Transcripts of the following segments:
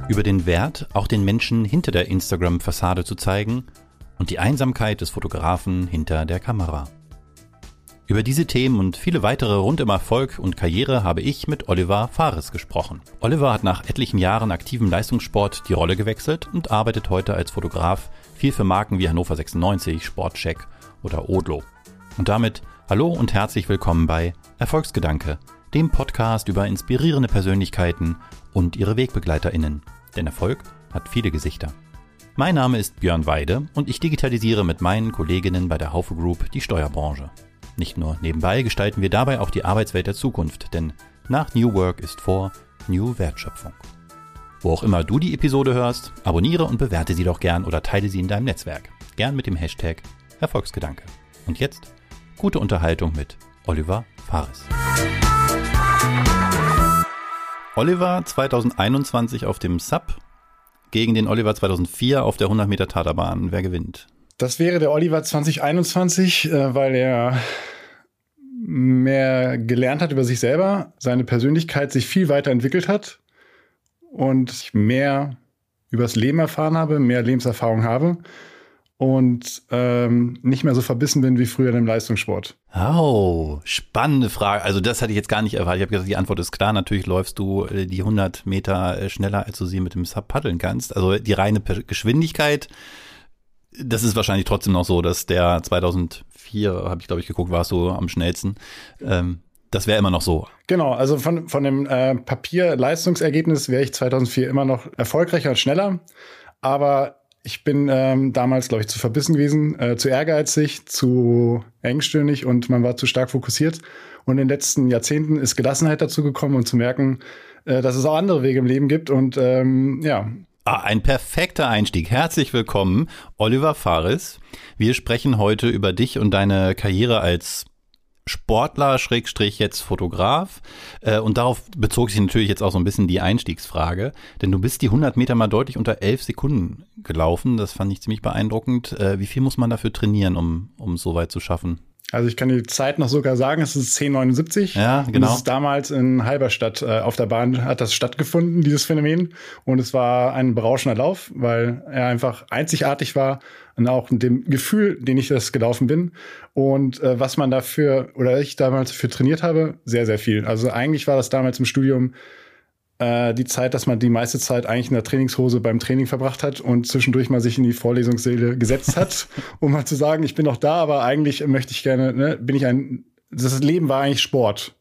Über den Wert, auch den Menschen hinter der Instagram-Fassade zu zeigen und die Einsamkeit des Fotografen hinter der Kamera. Über diese Themen und viele weitere rund um Erfolg und Karriere habe ich mit Oliver Fares gesprochen. Oliver hat nach etlichen Jahren aktivem Leistungssport die Rolle gewechselt und arbeitet heute als Fotograf viel für Marken wie Hannover 96, Sportcheck oder Odlo. Und damit hallo und herzlich willkommen bei Erfolgsgedanke, dem Podcast über inspirierende Persönlichkeiten und ihre WegbegleiterInnen. Denn Erfolg hat viele Gesichter. Mein Name ist Björn Weide und ich digitalisiere mit meinen Kolleginnen bei der Haufe Group die Steuerbranche. Nicht nur nebenbei gestalten wir dabei auch die Arbeitswelt der Zukunft, denn nach New Work ist vor New Wertschöpfung. Wo auch immer du die Episode hörst, abonniere und bewerte sie doch gern oder teile sie in deinem Netzwerk. Gern mit dem Hashtag Erfolgsgedanke. Und jetzt gute Unterhaltung mit Oliver Fares. Oliver 2021 auf dem Sub gegen den Oliver 2004 auf der 100 Meter Taterbahn. Wer gewinnt? Das wäre der Oliver 2021, weil er mehr gelernt hat über sich selber, seine Persönlichkeit sich viel weiterentwickelt hat und ich mehr über das Leben erfahren habe, mehr Lebenserfahrung habe und nicht mehr so verbissen bin wie früher im Leistungssport. Oh, spannende Frage. Also das hatte ich jetzt gar nicht erwartet. Ich habe gesagt, die Antwort ist klar. Natürlich läufst du die 100 Meter schneller, als du sie mit dem Sub paddeln kannst. Also die reine Geschwindigkeit. Das ist wahrscheinlich trotzdem noch so, dass der 2004, habe ich glaube ich geguckt, warst du am schnellsten. Das wäre immer noch so. Genau, also von dem Papier-Leistungsergebnis wäre ich 2004 immer noch erfolgreicher und schneller. Aber ich bin damals, glaube ich, zu verbissen gewesen, zu ehrgeizig, zu engstirnig und man war zu stark fokussiert. Und in den letzten Jahrzehnten ist Gelassenheit dazu gekommen und zu merken, dass es auch andere Wege im Leben gibt. Und ja. Ein perfekter Einstieg. Herzlich willkommen, Oliver Fares. Wir sprechen heute über dich und deine Karriere als Sportler, / jetzt Fotograf. Und darauf bezog sich natürlich jetzt auch so ein bisschen die Einstiegsfrage. Denn du bist die 100 Meter mal deutlich unter 11 Sekunden gelaufen. Das fand ich ziemlich beeindruckend. Wie viel muss man dafür trainieren, um es so weit zu schaffen? Also ich kann die Zeit noch sogar sagen, es ist 10,79. Ja, genau. Und das ist damals in Halberstadt auf der Bahn hat das stattgefunden, dieses Phänomen. Und es war ein berauschender Lauf, weil er einfach einzigartig war und auch mit dem Gefühl, den ich das gelaufen bin. Und was man dafür oder ich damals für trainiert habe, sehr, sehr viel. Also eigentlich war das damals im Studium die Zeit, dass man die meiste Zeit eigentlich in der Trainingshose beim Training verbracht hat und zwischendurch mal sich in die Vorlesungssäle gesetzt hat, um mal zu sagen, ich bin noch da, aber eigentlich möchte ich gerne, das Leben war eigentlich Sport.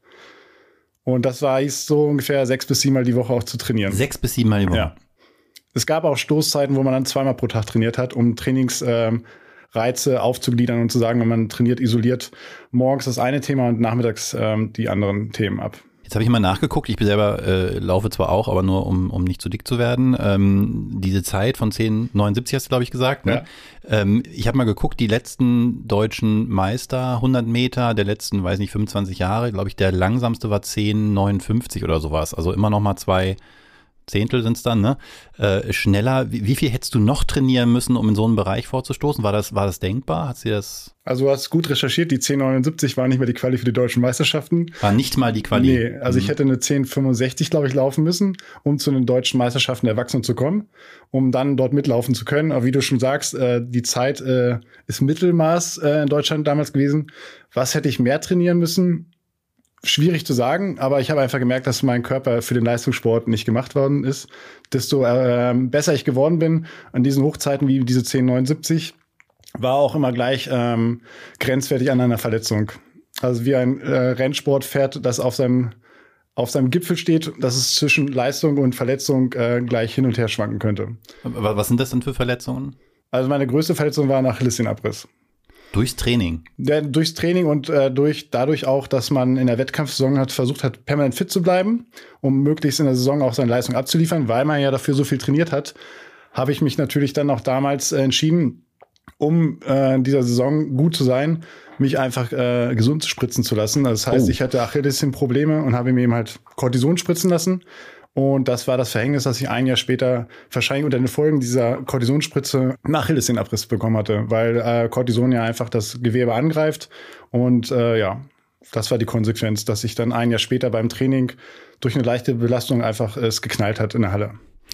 Und das war so ungefähr 6 bis 7 Mal die Woche auch zu trainieren. 6 bis 7 Mal die Woche? Ja. Es gab auch Stoßzeiten, wo man dann 2-mal pro Tag trainiert hat, um Trainingsreize aufzugliedern und zu sagen, wenn man trainiert, isoliert morgens das eine Thema und nachmittags die anderen Themen ab. Jetzt habe ich mal nachgeguckt, ich selber laufe zwar auch, aber nur um nicht zu dick zu werden. Diese Zeit von 10,79 hast du, glaube ich, gesagt. Ne? Ja. Ich habe mal geguckt, die letzten deutschen Meister, 100 Meter, der letzten, weiß nicht, 25 Jahre, glaube ich, der langsamste war 10,59 oder sowas. Also immer noch mal 2 Zehntel sind es dann, ne? Schneller. Wie viel hättest du noch trainieren müssen, um in so einen Bereich vorzustoßen? War das denkbar? Hat sie das? Also du hast gut recherchiert, die 10,79 war nicht mehr die Quali für die deutschen Meisterschaften. War nicht mal die Quali? Nee, also ich hätte eine 10,65, glaube ich, laufen müssen, um zu den deutschen Meisterschaften der Erwachsenen zu kommen, um dann dort mitlaufen zu können. Aber wie du schon sagst, die Zeit ist Mittelmaß in Deutschland damals gewesen. Was hätte ich mehr trainieren müssen? Schwierig zu sagen, aber ich habe einfach gemerkt, dass mein Körper für den Leistungssport nicht gemacht worden ist. Desto besser ich geworden bin an diesen Hochzeiten wie diese 10,79, war auch immer gleich grenzwertig an einer Verletzung. Also wie ein Rennsportpferd, das auf seinem Gipfel steht, dass es zwischen Leistung und Verletzung gleich hin und her schwanken könnte. Was sind das denn für Verletzungen? Also meine größte Verletzung war ein Achillessehnenabriss. Durchs Training? Ja, durchs Training und dadurch auch, dass man in der Wettkampfsaison versucht hat, permanent fit zu bleiben, um möglichst in der Saison auch seine Leistung abzuliefern, weil man ja dafür so viel trainiert hat, habe ich mich natürlich dann auch damals entschieden, um in dieser Saison gut zu sein, mich einfach gesund spritzen zu lassen. Das heißt, ich hatte Achillessehnenprobleme und habe mir eben halt Cortison spritzen lassen. Und das war das Verhängnis, dass ich ein Jahr später wahrscheinlich unter den Folgen dieser Cortisonspritze einen Achillessehnenabriss bekommen hatte, weil Cortison ja einfach das Gewebe angreift. Und ja, das war die Konsequenz, dass ich dann ein Jahr später beim Training durch eine leichte Belastung einfach es geknallt hat in der Halle.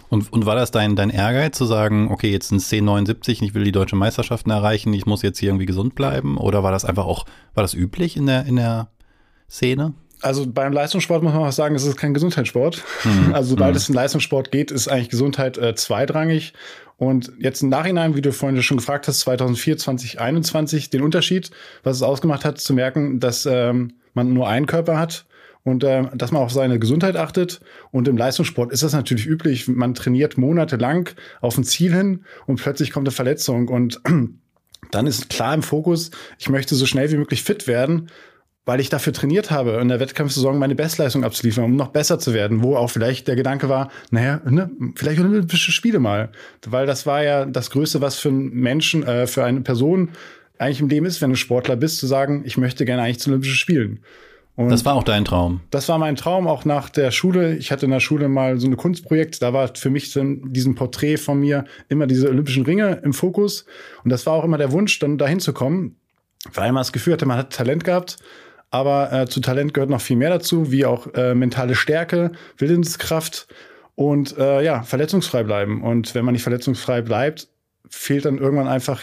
Und war das dein Ehrgeiz zu sagen, okay, jetzt sind es 10,79, ich will die deutschen Meisterschaften erreichen, ich muss jetzt hier irgendwie gesund bleiben? Oder war das einfach auch, war das üblich in der Szene? Also beim Leistungssport muss man auch sagen, es ist kein Gesundheitssport. Also sobald es in Leistungssport geht, ist eigentlich Gesundheit zweitrangig. Und jetzt im Nachhinein, wie du vorhin schon gefragt hast, 2004, 2021, den Unterschied, was es ausgemacht hat, zu merken, dass man nur einen Körper hat und dass man auf seine Gesundheit achtet. Und im Leistungssport ist das natürlich üblich. Man trainiert monatelang auf ein Ziel hin und plötzlich kommt eine Verletzung. Und dann ist klar im Fokus, ich möchte so schnell wie möglich fit werden, weil ich dafür trainiert habe, in der Wettkampfsaison meine Bestleistung abzuliefern, um noch besser zu werden, wo auch vielleicht der Gedanke war, vielleicht Olympische Spiele mal. Weil das war ja das Größte, was für einen Menschen, für eine Person eigentlich im Leben ist, wenn du Sportler bist, zu sagen, ich möchte gerne eigentlich zu Olympischen Spielen. Und das war auch dein Traum? Das war mein Traum, auch nach der Schule. Ich hatte in der Schule mal so ein Kunstprojekt, da war für mich in diesem Porträt von mir immer diese Olympischen Ringe im Fokus. Und das war auch immer der Wunsch, dann dahin zu kommen, weil man das Gefühl hatte, man hat Talent gehabt. Aber zu Talent gehört noch viel mehr dazu, wie auch mentale Stärke, Willenskraft und verletzungsfrei bleiben. Und wenn man nicht verletzungsfrei bleibt, fehlt dann irgendwann einfach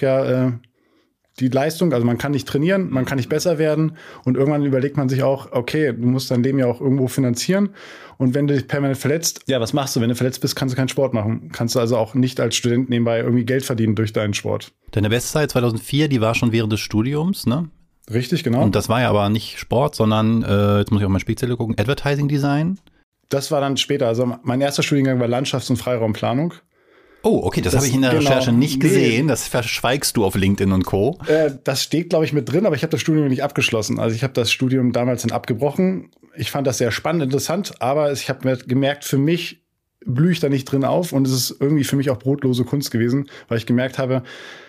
die Leistung. Also man kann nicht trainieren, man kann nicht besser werden. Und irgendwann überlegt man sich auch, okay, du musst dein Leben ja auch irgendwo finanzieren. Und wenn du dich permanent verletzt, ja, was machst du? Wenn du verletzt bist, kannst du keinen Sport machen. Kannst du also auch nicht als Student nebenbei irgendwie Geld verdienen durch deinen Sport. Deine Bestzeit 2004, die war schon während des Studiums, ne? Richtig, genau. Und das war ja aber nicht Sport, sondern, jetzt muss ich auf meine Spielzettel gucken, Advertising Design? Das war dann später. Also mein erster Studiengang war Landschafts- und Freiraumplanung. Oh, okay, das habe ich in der Recherche nicht gesehen. Das verschweigst du auf LinkedIn und Co. Das steht, glaube ich, mit drin, aber ich habe das Studium nicht abgeschlossen. Also ich habe das Studium damals dann abgebrochen. Ich fand das sehr spannend, interessant, aber ich habe gemerkt, für mich blühe ich da nicht drin auf und es ist irgendwie für mich auch brotlose Kunst gewesen, weil ich gemerkt habe,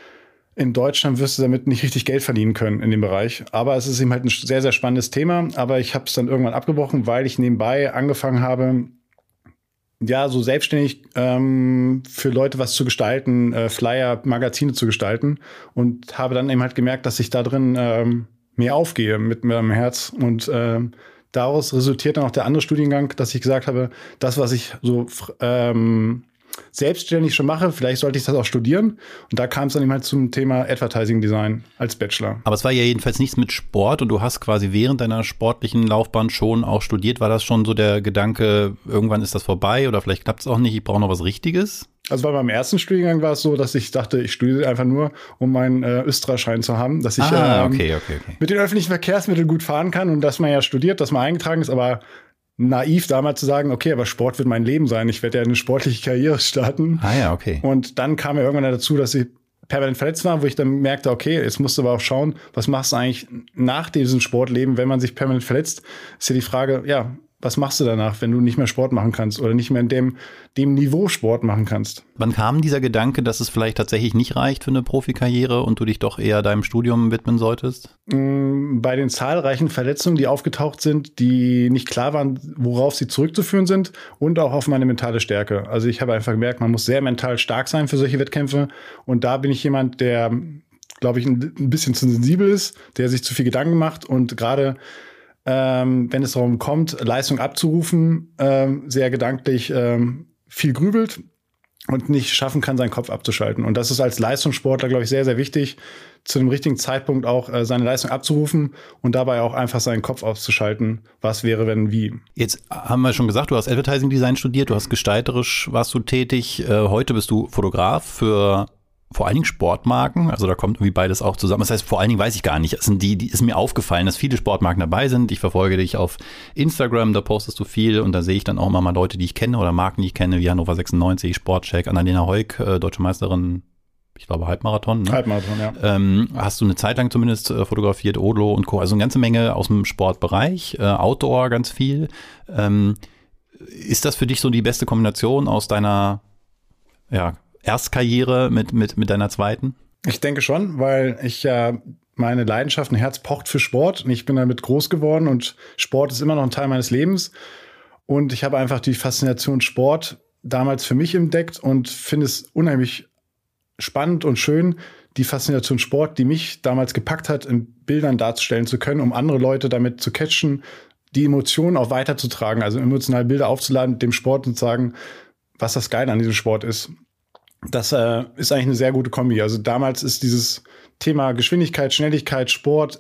in Deutschland wirst du damit nicht richtig Geld verdienen können in dem Bereich. Aber es ist eben halt ein sehr, sehr spannendes Thema. Aber ich habe es dann irgendwann abgebrochen, weil ich nebenbei angefangen habe, ja, so selbstständig für Leute was zu gestalten, Flyer, Magazine zu gestalten. Und habe dann eben halt gemerkt, dass ich da drin mehr aufgehe mit meinem Herz. Und daraus resultiert dann auch der andere Studiengang, dass ich gesagt habe, das, was ich so selbstständig schon mache, vielleicht sollte ich das auch studieren. Und da kam es dann eben halt zum Thema Advertising Design als Bachelor. Aber es war ja jedenfalls nichts mit Sport und du hast quasi während deiner sportlichen Laufbahn schon auch studiert. War das schon so der Gedanke, irgendwann ist das vorbei oder vielleicht klappt es auch nicht, ich brauche noch was Richtiges? Also bei meinem ersten Studiengang war es so, dass ich dachte, ich studiere einfach nur, um meinen Östra-Schein zu haben, dass ich mit den öffentlichen Verkehrsmitteln gut fahren kann und dass man ja studiert, dass man eingetragen ist, aber naiv damals zu sagen, okay, aber Sport wird mein Leben sein. Ich werde ja eine sportliche Karriere starten. Ah ja, okay. Und dann kam ja irgendwann dazu, dass ich permanent verletzt war, wo ich dann merkte, okay, jetzt musst du aber auch schauen, was machst du eigentlich nach diesem Sportleben, wenn man sich permanent verletzt? Ist ja die Frage, ja, was machst du danach, wenn du nicht mehr Sport machen kannst oder nicht mehr in dem Niveau Sport machen kannst? Wann kam dieser Gedanke, dass es vielleicht tatsächlich nicht reicht für eine Profikarriere und du dich doch eher deinem Studium widmen solltest? Bei den zahlreichen Verletzungen, die aufgetaucht sind, die nicht klar waren, worauf sie zurückzuführen sind und auch auf meine mentale Stärke. Also ich habe einfach gemerkt, man muss sehr mental stark sein für solche Wettkämpfe und da bin ich jemand, der, glaube ich, ein bisschen zu sensibel ist, der sich zu viel Gedanken macht und gerade wenn es darum kommt, Leistung abzurufen, sehr gedanklich viel grübelt und nicht schaffen kann, seinen Kopf abzuschalten. Und das ist als Leistungssportler, glaube ich, sehr, sehr wichtig, zu dem richtigen Zeitpunkt auch seine Leistung abzurufen und dabei auch einfach seinen Kopf auszuschalten. Was wäre, wenn, wie. Jetzt haben wir schon gesagt, du hast Advertising Design studiert, du hast gestalterisch, warst du tätig. Heute bist du Fotograf für vor allen Dingen Sportmarken, also da kommt irgendwie beides auch zusammen. Das heißt, vor allen Dingen weiß ich gar nicht. Es sind die ist mir aufgefallen, dass viele Sportmarken dabei sind. Ich verfolge dich auf Instagram, da postest du viel und da sehe ich dann auch immer mal Leute, die ich kenne oder Marken, die ich kenne, wie Hannover 96, Sportcheck, Annalena Heuk, deutsche Meisterin, ich glaube Halbmarathon. Ne? Halbmarathon, ja. Hast du eine Zeit lang zumindest fotografiert, Odlo und Co. Also eine ganze Menge aus dem Sportbereich, Outdoor ganz viel. Ist das für dich so die beste Kombination aus deiner, Erstkarriere mit deiner zweiten? Ich denke schon, weil ich ja meine Leidenschaft, ein Herz pocht für Sport und ich bin damit groß geworden und Sport ist immer noch ein Teil meines Lebens und ich habe einfach die Faszination Sport damals für mich entdeckt und finde es unheimlich spannend und schön, die Faszination Sport, die mich damals gepackt hat, in Bildern darzustellen zu können, um andere Leute damit zu catchen, die Emotionen auch weiterzutragen, also emotional Bilder aufzuladen mit dem Sport und zu sagen, was das Geile an diesem Sport ist. Das ist eigentlich eine sehr gute Kombi. Also damals ist dieses Thema Geschwindigkeit, Schnelligkeit, Sport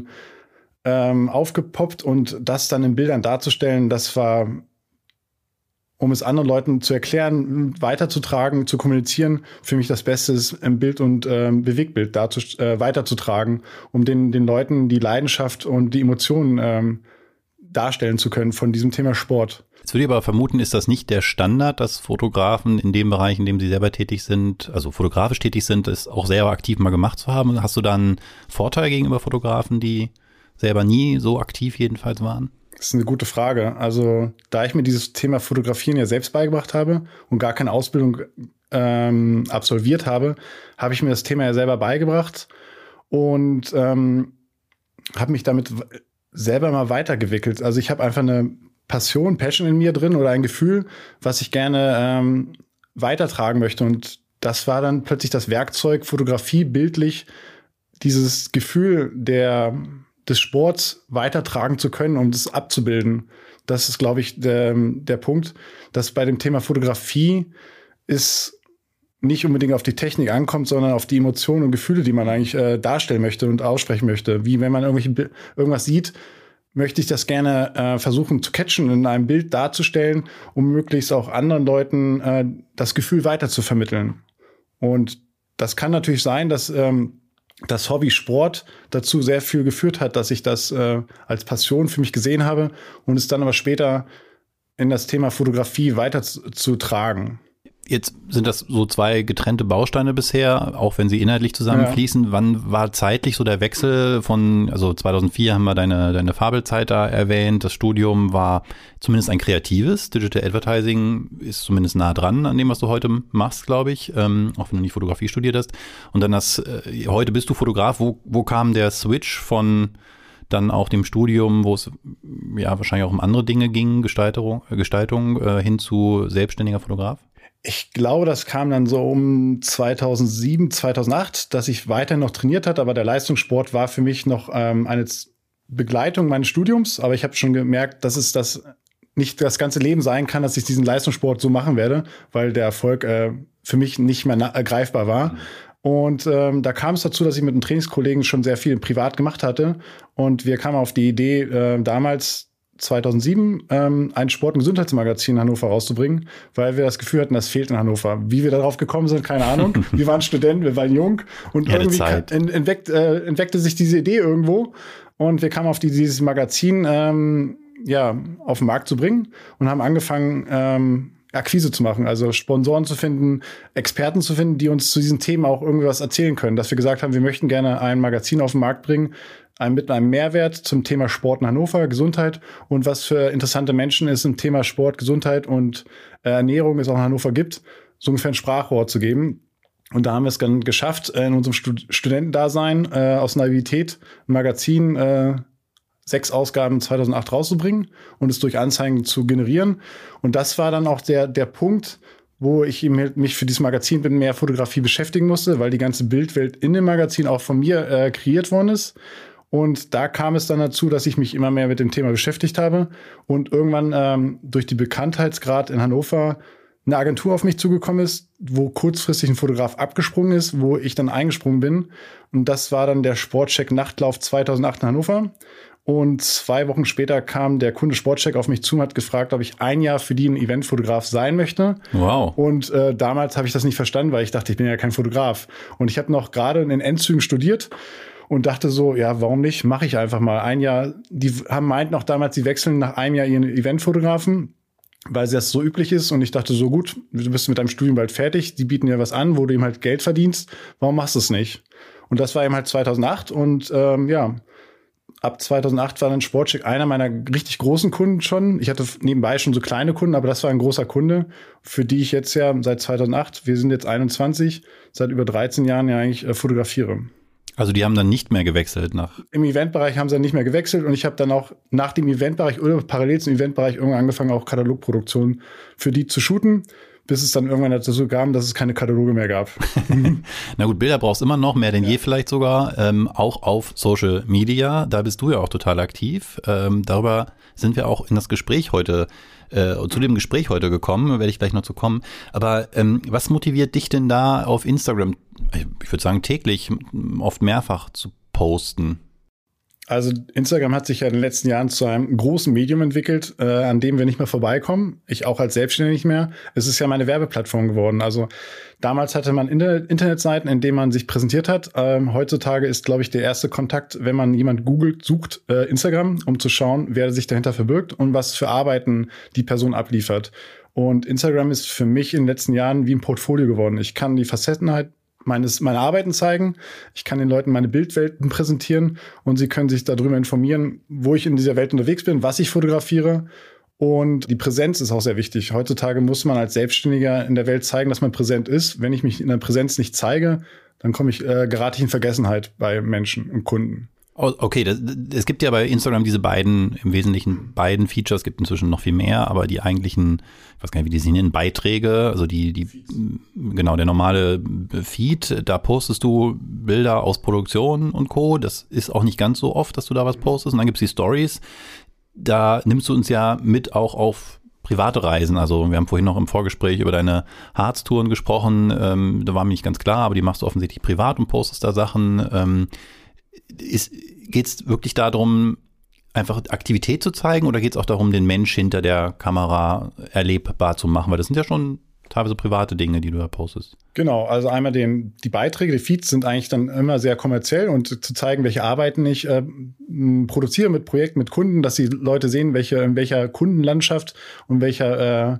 aufgepoppt und das dann in Bildern darzustellen, das war, um es anderen Leuten zu erklären, weiterzutragen, zu kommunizieren, für mich das Beste ist, im Bild und Bewegtbild weiterzutragen, um den Leuten die Leidenschaft und die Emotionen darstellen zu können von diesem Thema Sport. Jetzt würde ich aber vermuten, ist das nicht der Standard, dass Fotografen in dem Bereich, in dem sie selber tätig sind, also fotografisch tätig sind, es auch selber aktiv mal gemacht zu haben? Hast du da einen Vorteil gegenüber Fotografen, die selber nie so aktiv jedenfalls waren? Das ist eine gute Frage. Also da ich mir dieses Thema Fotografieren ja selbst beigebracht habe und gar keine Ausbildung absolviert habe, habe ich mir das Thema ja selber beigebracht und habe mich damit selber mal weitergewickelt. Also ich habe einfach eine Passion in mir drin oder ein Gefühl, was ich gerne weitertragen möchte. Und das war dann plötzlich das Werkzeug, Fotografie bildlich, dieses Gefühl des Sports weitertragen zu können, um das abzubilden. Das ist, glaube ich, der Punkt, dass bei dem Thema Fotografie es nicht unbedingt auf die Technik ankommt, sondern auf die Emotionen und Gefühle, die man eigentlich darstellen möchte und aussprechen möchte. Wie wenn man irgendwas sieht, möchte ich das gerne versuchen zu catchen, in einem Bild darzustellen, um möglichst auch anderen Leuten das Gefühl weiter zu vermitteln. Und das kann natürlich sein, dass das Hobby Sport dazu sehr viel geführt hat, dass ich das als Passion für mich gesehen habe und es dann aber später in das Thema Fotografie weiterzutragen. Jetzt sind das so zwei getrennte Bausteine bisher, auch wenn sie inhaltlich zusammenfließen. Ja. Wann war zeitlich so der Wechsel von, also 2004 haben wir deine Fabelzeit da erwähnt, das Studium war zumindest ein kreatives, Digital Advertising ist zumindest nah dran an dem, was du heute machst, glaube ich, auch wenn du nicht Fotografie studiert hast. Und dann heute bist du Fotograf, wo kam der Switch von dann auch dem Studium, wo es ja wahrscheinlich auch um andere Dinge ging, Gestaltung hin zu selbstständiger Fotograf? Ich glaube, das kam dann so um 2007, 2008, dass ich weiterhin noch trainiert hatte, aber der Leistungssport war für mich noch eine Begleitung meines Studiums. Aber ich habe schon gemerkt, dass es das nicht das ganze Leben sein kann, dass ich diesen Leistungssport so machen werde, weil der Erfolg für mich nicht mehr greifbar war. Und da kam es dazu, dass ich mit einem Trainingskollegen schon sehr viel privat gemacht hatte. Und wir kamen auf die Idee, damals 2007 ein Sport- und Gesundheitsmagazin in Hannover rauszubringen, weil wir das Gefühl hatten, das fehlt in Hannover. Wie wir darauf gekommen sind, keine Ahnung. Wir waren Studenten, wir waren jung und ja, irgendwie entweckte sich diese Idee irgendwo und wir kamen auf dieses Magazin auf den Markt zu bringen und haben angefangen, Akquise zu machen, also Sponsoren zu finden, Experten zu finden, die uns zu diesen Themen auch irgendwas erzählen können. Dass wir gesagt haben, wir möchten gerne ein Magazin auf den Markt bringen, mit einem Mehrwert zum Thema Sport in Hannover, Gesundheit und was für interessante Menschen es im Thema Sport, Gesundheit und Ernährung es auch in Hannover gibt, so ungefähr ein Sprachrohr zu geben. Und da haben wir es dann geschafft, in unserem Studentendasein aus Naivität ein Magazin 6 Ausgaben 2008 rauszubringen und es durch Anzeigen zu generieren. Und das war dann auch der Punkt, wo ich mich für dieses Magazin mit mehr Fotografie beschäftigen musste, weil die ganze Bildwelt in dem Magazin auch von mir kreiert worden ist. Und da kam es dann dazu, dass ich mich immer mehr mit dem Thema beschäftigt habe und irgendwann durch die Bekanntheitsgrad in Hannover eine Agentur auf mich zugekommen ist, wo kurzfristig ein Fotograf abgesprungen ist, wo ich dann eingesprungen bin. Und das war dann der Sportcheck Nachtlauf 2008 in Hannover. Und 2 Wochen später kam der Kunde Sportcheck auf mich zu und hat gefragt, ob ich ein Jahr für die ein Eventfotograf sein möchte. Wow. Und damals habe ich das nicht verstanden, weil ich dachte, ich bin ja kein Fotograf. Und ich habe noch gerade in den Endzügen studiert und dachte so, ja, warum nicht? Mache ich einfach mal ein Jahr. Die meinten auch damals, sie wechseln nach einem Jahr ihren Eventfotografen, weil das so üblich ist. Und ich dachte so, gut, du bist mit deinem Studium bald fertig. Die bieten dir was an, wo du eben halt Geld verdienst. Warum machst du es nicht? Und das war eben halt 2008. Und ab 2008 war dann Sportcheck einer meiner richtig großen Kunden schon. Ich hatte nebenbei schon so kleine Kunden, aber das war ein großer Kunde, für die ich jetzt ja seit 2008, wir sind jetzt 21, seit über 13 Jahren ja eigentlich fotografiere. Also die haben dann nicht mehr gewechselt Im Eventbereich haben sie dann nicht mehr gewechselt und ich habe dann auch nach dem Eventbereich oder parallel zum Eventbereich irgendwann angefangen, auch Katalogproduktionen für die zu shooten. bis es dann irgendwann dazu kam, dass es keine Kataloge mehr gab. Na gut, Bilder brauchst immer noch, mehr denn je vielleicht sogar, auch auf Social Media. Da bist du ja auch total aktiv. Darüber sind wir auch in das Gespräch heute, zu dem Gespräch heute gekommen, werde ich gleich noch zu kommen. Aber was motiviert dich denn da auf Instagram, ich würde sagen täglich, oft mehrfach zu posten? Also Instagram hat sich ja in den letzten Jahren zu einem großen Medium entwickelt, an dem wir nicht mehr vorbeikommen. Ich auch als Selbstständiger nicht mehr. Es ist ja meine Werbeplattform geworden. Also damals hatte man Internetseiten, in denen man sich präsentiert hat. Heutzutage ist, glaube ich, der erste Kontakt, wenn man jemand googelt, sucht Instagram, um zu schauen, wer sich dahinter verbirgt und was für Arbeiten die Person abliefert. Und Instagram ist für mich in den letzten Jahren wie ein Portfolio geworden. Ich kann die Facettenheit meine Arbeiten zeigen. Ich kann den Leuten meine Bildwelten präsentieren und sie können sich darüber informieren, wo ich in dieser Welt unterwegs bin, was ich fotografiere. Und die Präsenz ist auch sehr wichtig. Heutzutage muss man als Selbstständiger in der Welt zeigen, dass man präsent ist. Wenn ich mich in der Präsenz nicht zeige, dann gerate ich in Vergessenheit bei Menschen und Kunden. Okay, es gibt ja bei Instagram im Wesentlichen beiden Features, es gibt inzwischen noch viel mehr, aber die eigentlichen, ich weiß gar nicht, wie die sich nennen, Beiträge, also genau, der normale Feed, da postest du Bilder aus Produktion und Co. Das ist auch nicht ganz so oft, dass du da was postest. Und dann gibt's die Stories, da nimmst du uns ja mit auch auf private Reisen. Also wir haben vorhin noch im Vorgespräch über deine Harztouren gesprochen, da war mir nicht ganz klar, aber die machst du offensichtlich privat und postest da Sachen. Geht es wirklich darum, einfach Aktivität zu zeigen oder geht es auch darum, den Mensch hinter der Kamera erlebbar zu machen? Weil das sind ja schon teilweise private Dinge, die du da postest. Genau, also einmal die Beiträge, die Feeds sind eigentlich dann immer sehr kommerziell und zu zeigen, welche Arbeiten ich produziere mit Projekten, mit Kunden, dass die Leute sehen, in welcher Kundenlandschaft und welcher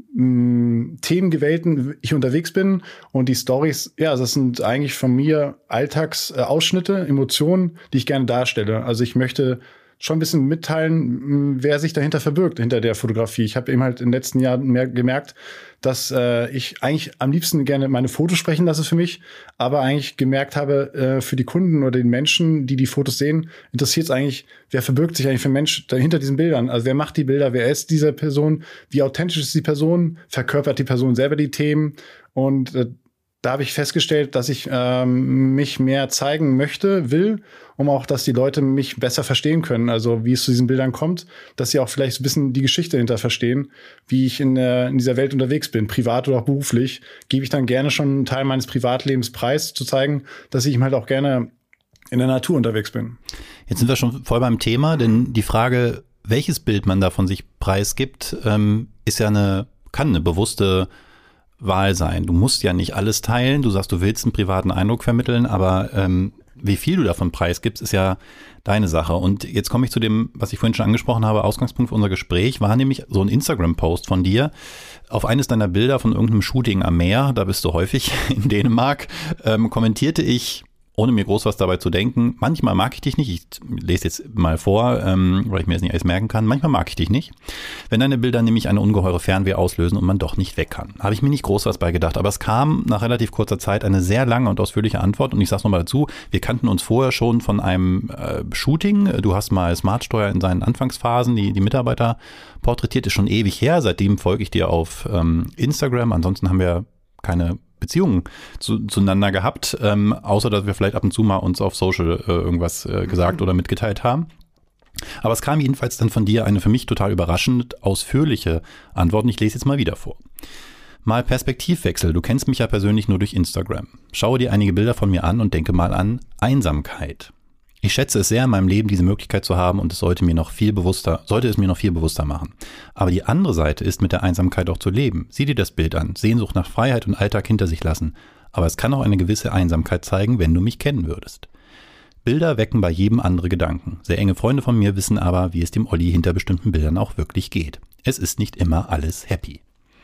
Themengewählten ich unterwegs bin. Und die Stories, ja, das sind eigentlich von mir Alltagsausschnitte, Emotionen, die ich gerne darstelle. Also ich möchte schon ein bisschen mitteilen, wer sich dahinter verbirgt, hinter der Fotografie. Ich habe eben halt in den letzten Jahren mehr gemerkt, dass ich eigentlich am liebsten gerne meine Fotos sprechen lasse für mich, aber eigentlich gemerkt habe, für die Kunden oder den Menschen, die Fotos sehen, interessiert es eigentlich, wer verbirgt sich eigentlich für ein Mensch dahinter diesen Bildern? Also wer macht die Bilder, wer ist diese Person, wie authentisch ist die Person, verkörpert die Person selber die Themen? Und da habe ich festgestellt, dass ich mich mehr zeigen will, um auch, dass die Leute mich besser verstehen können. Also wie es zu diesen Bildern kommt, dass sie auch vielleicht so ein bisschen die Geschichte dahinter verstehen, wie ich in dieser Welt unterwegs bin, privat oder auch beruflich. Gebe ich dann gerne schon einen Teil meines Privatlebens preis, zu zeigen, dass ich halt auch gerne in der Natur unterwegs bin. Jetzt sind wir schon voll beim Thema, denn die Frage, welches Bild man da von sich preisgibt, ist ja kann eine bewusste Wahl sein. Du musst ja nicht alles teilen. Du sagst, du willst einen privaten Eindruck vermitteln, aber wie viel du davon preisgibst, ist ja deine Sache. Und jetzt komme ich zu dem, was ich vorhin schon angesprochen habe. Ausgangspunkt für unser Gespräch war nämlich so ein Instagram-Post von dir auf eines deiner Bilder von irgendeinem Shooting am Meer. Da bist du häufig in Dänemark. Kommentierte ich, ohne mir groß was dabei zu denken, manchmal mag ich dich nicht, ich lese jetzt mal vor, weil ich mir das nicht alles merken kann, manchmal mag ich dich nicht, wenn deine Bilder nämlich eine ungeheure Fernweh auslösen und man doch nicht weg kann. Habe ich mir nicht groß was bei gedacht, aber es kam nach relativ kurzer Zeit eine sehr lange und ausführliche Antwort und ich sage nochmal dazu, wir kannten uns vorher schon von einem Shooting, du hast mal Smartsteuer in seinen Anfangsphasen, die Mitarbeiter porträtiert, ist schon ewig her, seitdem folge ich dir auf Instagram, ansonsten haben wir keine Beziehungen zueinander gehabt, außer dass wir vielleicht ab und zu mal uns auf Social irgendwas gesagt oder mitgeteilt haben. Aber es kam jedenfalls dann von dir eine für mich total überraschend ausführliche Antwort und ich lese jetzt mal wieder vor. Mal Perspektivwechsel, du kennst mich ja persönlich nur durch Instagram. Schaue dir einige Bilder von mir an und denke mal an Einsamkeit. Ich schätze es sehr, in meinem Leben diese Möglichkeit zu haben und sollte es mir noch viel bewusster machen. Aber die andere Seite ist, mit der Einsamkeit auch zu leben. Sieh dir das Bild an. Sehnsucht nach Freiheit und Alltag hinter sich lassen. Aber es kann auch eine gewisse Einsamkeit zeigen, wenn du mich kennen würdest. Bilder wecken bei jedem andere Gedanken. Sehr enge Freunde von mir wissen aber, wie es dem Olli hinter bestimmten Bildern auch wirklich geht. Es ist nicht immer alles happy.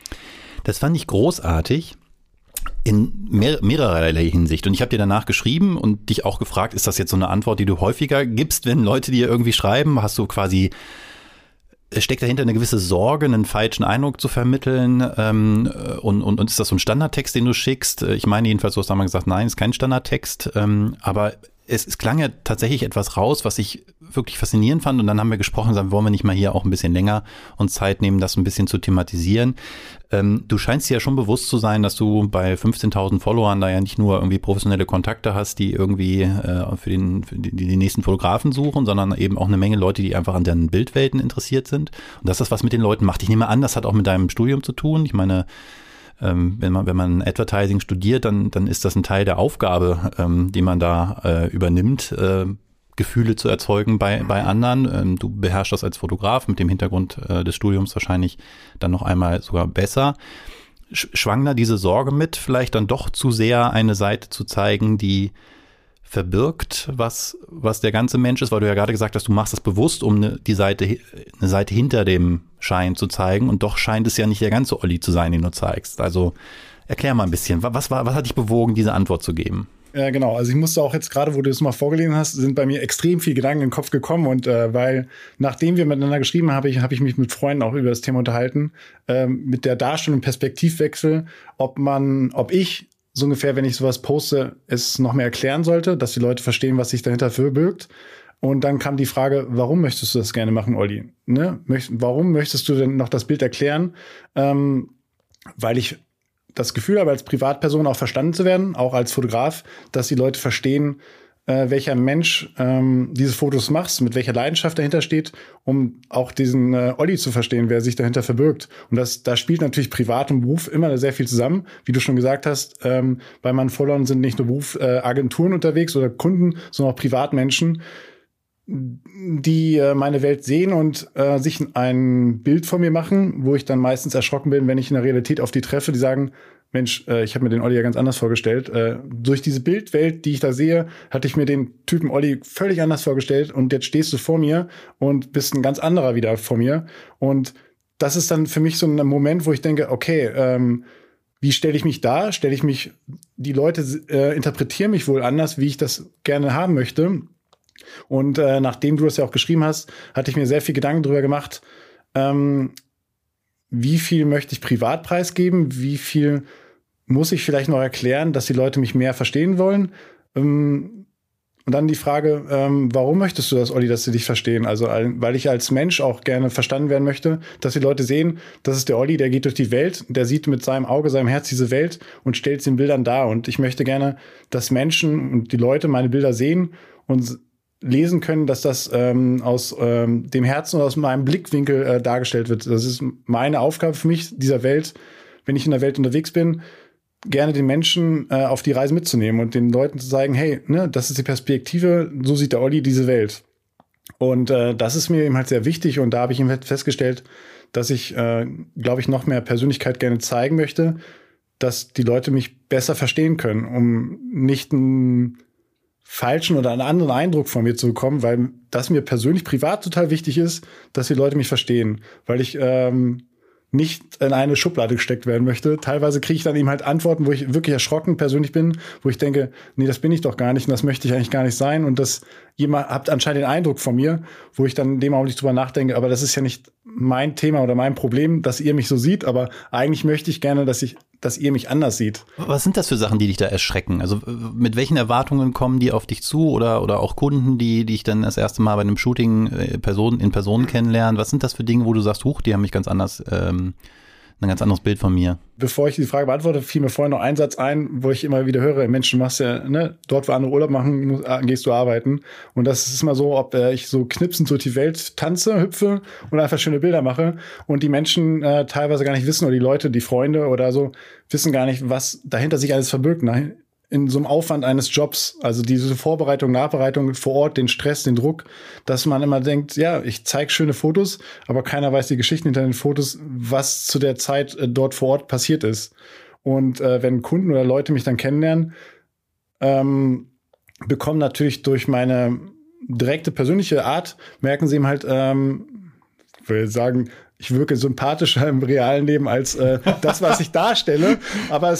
Das fand ich großartig. In mehrerlei Hinsicht. Und ich habe dir danach geschrieben und dich auch gefragt, ist das jetzt so eine Antwort, die du häufiger gibst, wenn Leute dir irgendwie schreiben? Hast du quasi, steckt dahinter eine gewisse Sorge, einen falschen Eindruck zu vermitteln? Und ist das so ein Standardtext, den du schickst? Ich meine jedenfalls, du hast damals gesagt, nein, ist kein Standardtext. Aber es klang ja tatsächlich etwas raus, was ich wirklich faszinierend fand. Und dann haben wir gesprochen, sagen, wollen wir nicht mal hier auch ein bisschen länger uns Zeit nehmen, das ein bisschen zu thematisieren. Du scheinst dir ja schon bewusst zu sein, dass du bei 15.000 Followern da ja nicht nur irgendwie professionelle Kontakte hast, die irgendwie für die nächsten Fotografen suchen, sondern eben auch eine Menge Leute, die einfach an deren Bildwelten interessiert sind. Und dass das was mit den Leuten macht. Ich nehme an, das hat auch mit deinem Studium zu tun. Ich meine, wenn man Advertising studiert, dann ist das ein Teil der Aufgabe, die man da übernimmt, Gefühle zu erzeugen bei anderen. Du beherrschst das als Fotograf mit dem Hintergrund des Studiums wahrscheinlich dann noch einmal sogar besser. Schwang da diese Sorge mit, vielleicht dann doch zu sehr eine Seite zu zeigen, die verbirgt, was der ganze Mensch ist, weil du ja gerade gesagt hast, du machst das bewusst, um eine Seite hinter dem Schein zu zeigen, und doch scheint es ja nicht der ganze Olli zu sein, den du zeigst. Also erklär mal ein bisschen, was hat dich bewogen, diese Antwort zu geben? Ja, genau. Also ich musste auch jetzt gerade, wo du es mal vorgelesen hast, sind bei mir extrem viele Gedanken in den Kopf gekommen, und weil nachdem wir miteinander geschrieben haben, habe ich mich mit Freunden auch über das Thema unterhalten, mit der Darstellung, Perspektivwechsel, ob ich so ungefähr, wenn ich sowas poste, es noch mehr erklären sollte, dass die Leute verstehen, was sich dahinter verbirgt. Und dann kam die Frage, warum möchtest du das gerne machen, Olli? Ne? Warum möchtest du denn noch das Bild erklären? Weil ich das Gefühl habe, als Privatperson auch verstanden zu werden, auch als Fotograf, dass die Leute verstehen, welcher Mensch diese Fotos macht, mit welcher Leidenschaft dahinter steht, um auch diesen Olli zu verstehen, wer sich dahinter verbirgt. Und da spielt natürlich Privat und Beruf immer sehr viel zusammen. Wie du schon gesagt hast, bei meinen Followern sind nicht nur Agenturen unterwegs oder Kunden, sondern auch Privatmenschen, die meine Welt sehen und sich ein Bild von mir machen, wo ich dann meistens erschrocken bin, wenn ich in der Realität auf die treffe, die sagen, Mensch, ich habe mir den Olli ja ganz anders vorgestellt. Durch diese Bildwelt, die ich da sehe, hatte ich mir den Typen Olli völlig anders vorgestellt, und jetzt stehst du vor mir und bist ein ganz anderer wieder vor mir. Und das ist dann für mich so ein Moment, wo ich denke, okay, wie stelle ich mich dar? Die Leute interpretieren mich wohl anders, wie ich das gerne haben möchte. Und nachdem du das ja auch geschrieben hast, hatte ich mir sehr viel Gedanken darüber gemacht, wie viel möchte ich privat preisgeben, wie viel muss ich vielleicht noch erklären, dass die Leute mich mehr verstehen wollen. Und dann die Frage, warum möchtest du das, Olli, dass sie dich verstehen? Also, weil ich als Mensch auch gerne verstanden werden möchte, dass die Leute sehen, das ist der Olli, der geht durch die Welt, der sieht mit seinem Auge, seinem Herz diese Welt und stellt sie in Bildern dar. Und ich möchte gerne, dass Menschen und die Leute meine Bilder sehen und lesen können, dass das aus dem Herzen oder aus meinem Blickwinkel dargestellt wird. Das ist meine Aufgabe für mich, dieser Welt, wenn ich in der Welt unterwegs bin, gerne den Menschen auf die Reise mitzunehmen und den Leuten zu sagen, hey, ne, das ist die Perspektive, so sieht der Olli diese Welt. Und das ist mir eben halt sehr wichtig, und da habe ich eben festgestellt, dass ich, glaube ich, noch mehr Persönlichkeit gerne zeigen möchte, dass die Leute mich besser verstehen können, um nicht einen falschen oder einen anderen Eindruck von mir zu bekommen, weil das mir persönlich privat total wichtig ist, dass die Leute mich verstehen, weil ich nicht in eine Schublade gesteckt werden möchte. Teilweise kriege ich dann eben halt Antworten, wo ich wirklich erschrocken persönlich bin, wo ich denke, nee, das bin ich doch gar nicht und das möchte ich eigentlich gar nicht sein, und das jemand habt anscheinend den Eindruck von mir, wo ich dann in dem Augenblick drüber nachdenke, aber das ist ja nicht mein Thema oder mein Problem, dass ihr mich so seht, aber eigentlich möchte ich gerne, dass ihr mich anders seht. Was sind das für Sachen, die dich da erschrecken? Also mit welchen Erwartungen kommen die auf dich zu, oder auch Kunden, die dich dann das erste Mal bei einem Shooting in Person kennenlernen? Was sind das für Dinge, wo du sagst, huch, die haben mich ganz anders, ein ganz anderes Bild von mir? Bevor ich die Frage beantworte, fiel mir vorher noch ein Satz ein, wo ich immer wieder höre, Mensch, du machst ja, ne, dort, wo andere Urlaub machen, gehst du arbeiten. Und das ist immer so, ob ich so knipsend durch die Welt tanze, hüpfe und einfach schöne Bilder mache. Und die Menschen teilweise gar nicht wissen, oder die Leute, die Freunde oder so, wissen gar nicht, was dahinter sich alles verbirgt. In so einem Aufwand eines Jobs, also diese Vorbereitung, Nachbereitung vor Ort, den Stress, den Druck, dass man immer denkt, ja, ich zeige schöne Fotos, aber keiner weiß die Geschichten hinter den Fotos, was zu der Zeit dort vor Ort passiert ist. Und wenn Kunden oder Leute mich dann kennenlernen, bekommen natürlich durch meine direkte persönliche Art, merken sie eben halt, ich will sagen, ich wirke sympathischer im realen Leben als das, was ich darstelle. Aber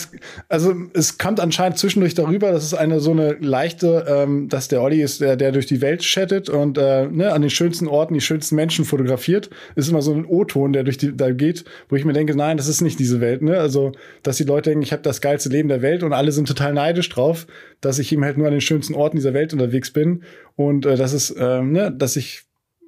es kommt anscheinend zwischendurch darüber, dass es so eine leichte, dass der Olli ist, der durch die Welt chattet und an den schönsten Orten die schönsten Menschen fotografiert. Ist immer so ein O-Ton, der da geht, wo ich mir denke, nein, das ist nicht diese Welt. Ne? Also, dass die Leute denken, ich habe das geilste Leben der Welt und alle sind total neidisch drauf, dass ich eben halt nur an den schönsten Orten dieser Welt unterwegs bin. Und das ist, dass ich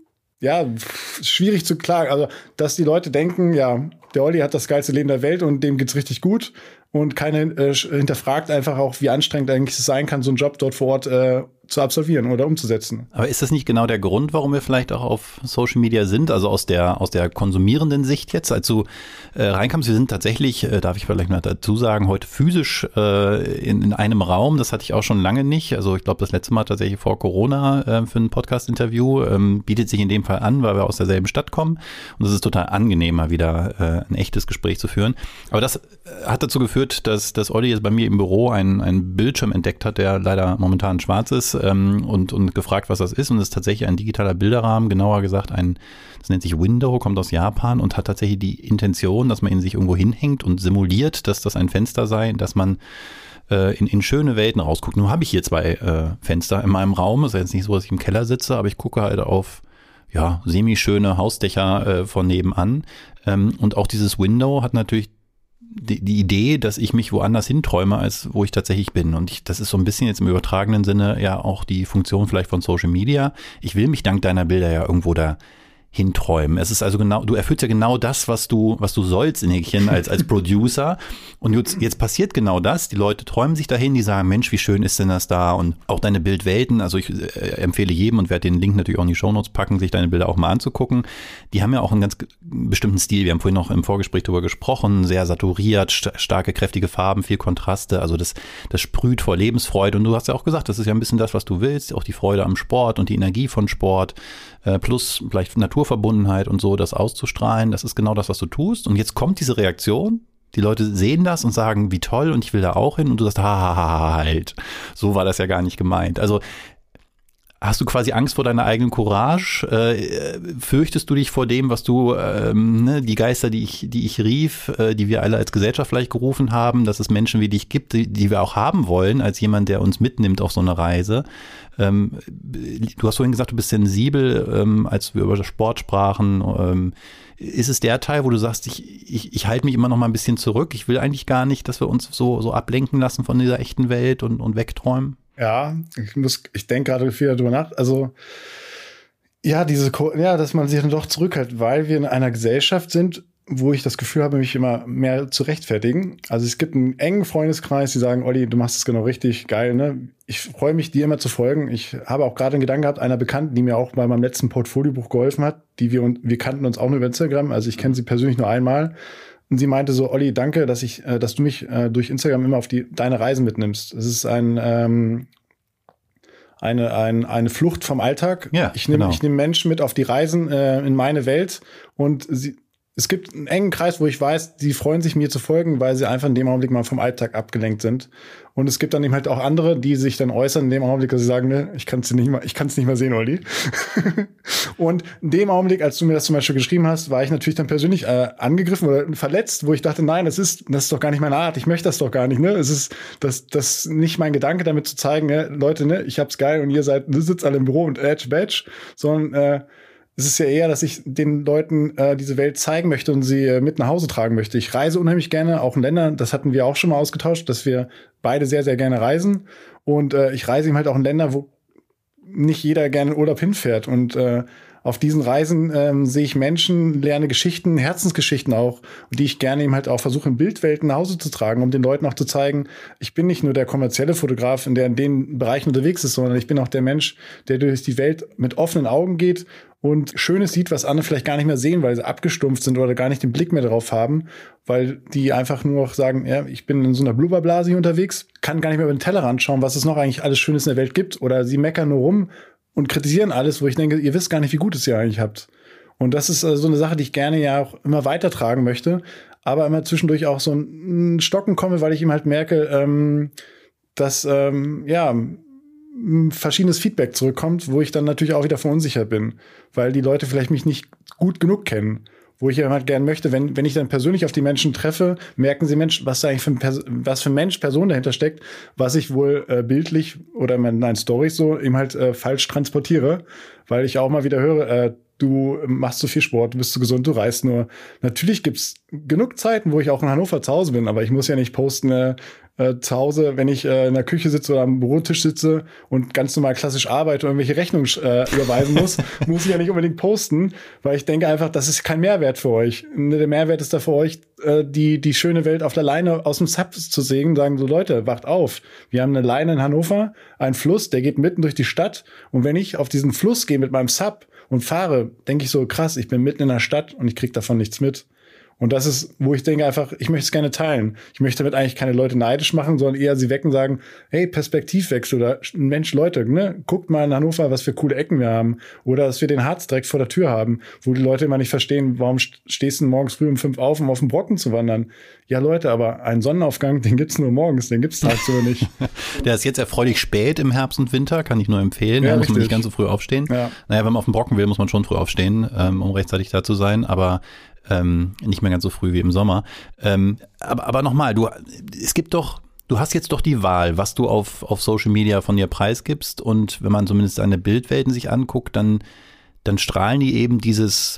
schwierig zu klagen. Also, dass die Leute denken, ja, der Olli hat das geilste Leben der Welt und dem geht's richtig gut. Und keiner hinterfragt einfach auch, wie anstrengend eigentlich es sein kann, so einen Job dort vor Ort zu absolvieren oder umzusetzen. Aber ist das nicht genau der Grund, warum wir vielleicht auch auf Social Media sind? Also aus der konsumierenden Sicht jetzt, als du reinkamst, wir sind tatsächlich, darf ich vielleicht mal dazu sagen, heute physisch in einem Raum. Das hatte ich auch schon lange nicht. Also ich glaube, das letzte Mal tatsächlich vor Corona für ein Podcast-Interview. Bietet sich in dem Fall an, weil wir aus derselben Stadt kommen. Und es ist total angenehm, mal wieder ein echtes Gespräch zu führen. Aber das hat dazu geführt, dass Olli jetzt bei mir im Büro einen Bildschirm entdeckt hat, der leider momentan schwarz ist, und gefragt, was das ist. Und es ist tatsächlich ein digitaler Bilderrahmen, genauer gesagt das nennt sich Window, kommt aus Japan und hat tatsächlich die Intention, dass man ihn sich irgendwo hinhängt und simuliert, dass das ein Fenster sei, dass man in schöne Welten rausguckt. Nun habe ich hier 2 Fenster in meinem Raum. Es ist jetzt nicht so, dass ich im Keller sitze, aber ich gucke halt auf semi-schöne Hausdächer von nebenan. Und auch dieses Window hat natürlich die Idee, dass ich mich woanders hinträume, als wo ich tatsächlich bin. Und das ist so ein bisschen jetzt im übertragenen Sinne ja auch die Funktion vielleicht von Social Media. Ich will mich dank deiner Bilder ja irgendwo da hinträumen. Es ist also genau, du erfüllst ja genau das, was du sollst in Häkchen als Producer. Und jetzt passiert genau das. Die Leute träumen sich dahin, die sagen, Mensch, wie schön ist denn das da? Und auch deine Bildwelten, also ich empfehle jedem und werde den Link natürlich auch in die Shownotes packen, sich deine Bilder auch mal anzugucken. Die haben ja auch einen ganz bestimmten Stil. Wir haben vorhin noch im Vorgespräch darüber gesprochen, sehr saturiert, starke, kräftige Farben, viel Kontraste. Also das sprüht vor Lebensfreude. Und du hast ja auch gesagt, das ist ja ein bisschen das, was du willst. Auch die Freude am Sport und die Energie von Sport. Plus vielleicht Naturverbundenheit und so, das auszustrahlen, das ist genau das, was du tust. Und jetzt kommt diese Reaktion, die Leute sehen das und sagen, wie toll und ich will da auch hin und du sagst, halt. So war das ja gar nicht gemeint. Also hast du quasi Angst vor deiner eigenen Courage? Fürchtest du dich vor dem, was du, die Geister, die ich rief, die wir alle als Gesellschaft vielleicht gerufen haben, dass es Menschen wie dich gibt, die wir auch haben wollen, als jemand, der uns mitnimmt auf so eine Reise? Du hast vorhin gesagt, du bist sensibel, als wir über Sport sprachen. Ist es der Teil, wo du sagst, ich halte mich immer noch mal ein bisschen zurück? Ich will eigentlich gar nicht, dass wir uns so ablenken lassen von dieser echten Welt und wegträumen? Ja, ich denke gerade viel darüber nach. Also, dass man sich dann doch zurückhält, weil wir in einer Gesellschaft sind, wo ich das Gefühl habe, mich immer mehr zu rechtfertigen. Also es gibt einen engen Freundeskreis, die sagen, Olli, du machst es genau richtig, geil, ne? Ich freue mich, dir immer zu folgen. Ich habe auch gerade einen Gedanken gehabt, einer Bekannten, die mir auch bei meinem letzten Portfoliobuch geholfen hat, wir kannten uns auch nur über Instagram, also ich kenne sie persönlich nur einmal. Und sie meinte so, Olli, danke, dass du mich durch Instagram immer auf deine Reisen mitnimmst. Es ist eine Flucht vom Alltag. Ja, ich nehme Menschen mit auf die Reisen in meine Welt und es gibt einen engen Kreis, wo ich weiß, die freuen sich mir zu folgen, weil sie einfach in dem Augenblick mal vom Alltag abgelenkt sind. Und es gibt dann eben halt auch andere, die sich dann äußern in dem Augenblick, dass sie sagen, ne, ich kann es nicht mal sehen, Olli. Und in dem Augenblick, als du mir das zum Beispiel geschrieben hast, war ich natürlich dann persönlich angegriffen oder verletzt, wo ich dachte, nein, das ist doch gar nicht meine Art, ich möchte das doch gar nicht, ne? Es ist das nicht mein Gedanke, damit zu zeigen, ne, Leute, ne, ich hab's geil und ihr sitzt alle im Büro und Badge, sondern es ist ja eher, dass ich den Leuten diese Welt zeigen möchte und sie mit nach Hause tragen möchte. Ich reise unheimlich gerne, auch in Ländern, das hatten wir auch schon mal ausgetauscht, dass wir beide sehr, sehr gerne reisen. Und ich reise eben halt auch in Länder, wo nicht jeder gerne in Urlaub hinfährt. Und auf diesen Reisen sehe ich Menschen, lerne Geschichten, Herzensgeschichten auch, die ich gerne eben halt auch versuche, in Bildwelten nach Hause zu tragen, um den Leuten auch zu zeigen, ich bin nicht nur der kommerzielle Fotograf, der in den Bereichen unterwegs ist, sondern ich bin auch der Mensch, der durch die Welt mit offenen Augen geht und Schönes sieht, was andere vielleicht gar nicht mehr sehen, weil sie abgestumpft sind oder gar nicht den Blick mehr drauf haben, weil die einfach nur noch sagen, ja, ich bin in so einer Blubberblase hier unterwegs, kann gar nicht mehr über den Tellerrand schauen, was es noch eigentlich alles Schönes in der Welt gibt, oder sie meckern nur rum und kritisieren alles, wo ich denke, ihr wisst gar nicht, wie gut es ihr eigentlich habt. Und das ist so eine Sache, die ich gerne ja auch immer weitertragen möchte, aber immer zwischendurch auch so ein Stocken komme, weil ich ihm halt merke, dass verschiedenes Feedback zurückkommt, wo ich dann natürlich auch wieder verunsichert bin, weil die Leute vielleicht mich nicht gut genug kennen. wo ich halt gerne möchte, wenn ich dann persönlich auf die Menschen treffe, merken sie, Mensch, was da eigentlich was für ein Mensch, Person dahinter steckt, was ich wohl bildlich oder in meinen Storys so eben halt falsch transportiere, weil ich auch mal wieder höre, du machst zu viel Sport, du bist zu gesund, du reist nur. Natürlich gibt's genug Zeiten, wo ich auch in Hannover zu Hause bin, aber ich muss ja nicht posten zu Hause, wenn ich in der Küche sitze oder am Bürotisch sitze und ganz normal klassisch arbeite und irgendwelche Rechnungen überweisen muss ich ja nicht unbedingt posten, weil ich denke einfach, das ist kein Mehrwert für euch. Der Mehrwert ist da für euch, die schöne Welt auf der Leine aus dem Sub zu sehen, sagen so, Leute, wacht auf. Wir haben eine Leine in Hannover, einen Fluss, der geht mitten durch die Stadt und wenn ich auf diesen Fluss gehe mit meinem Sub und fahre, denke ich so, krass, ich bin mitten in der Stadt und ich krieg davon nichts mit. Und das ist, wo ich denke einfach, ich möchte es gerne teilen. Ich möchte damit eigentlich keine Leute neidisch machen, sondern eher sie wecken und sagen, hey, Perspektivwechsel oder Mensch, Leute, ne, guckt mal in Hannover, was für coole Ecken wir haben. Oder dass wir den Harz direkt vor der Tür haben, wo die Leute immer nicht verstehen, warum stehst du morgens früh um 5 auf, um auf den Brocken zu wandern? Ja, Leute, aber einen Sonnenaufgang, den gibt's nur morgens, den gibt's tagsüber nicht. Der ist jetzt erfreulich spät im Herbst und Winter, kann ich nur empfehlen. Ja, da muss man nicht ganz so früh aufstehen. Ja. Naja, wenn man auf den Brocken will, muss man schon früh aufstehen, um rechtzeitig da zu sein, aber nicht mehr ganz so früh wie im Sommer. Aber nochmal, du hast jetzt doch die Wahl, was du auf Social Media von dir preisgibst, und wenn man zumindest deine Bildwelten sich anguckt, dann strahlen die eben dieses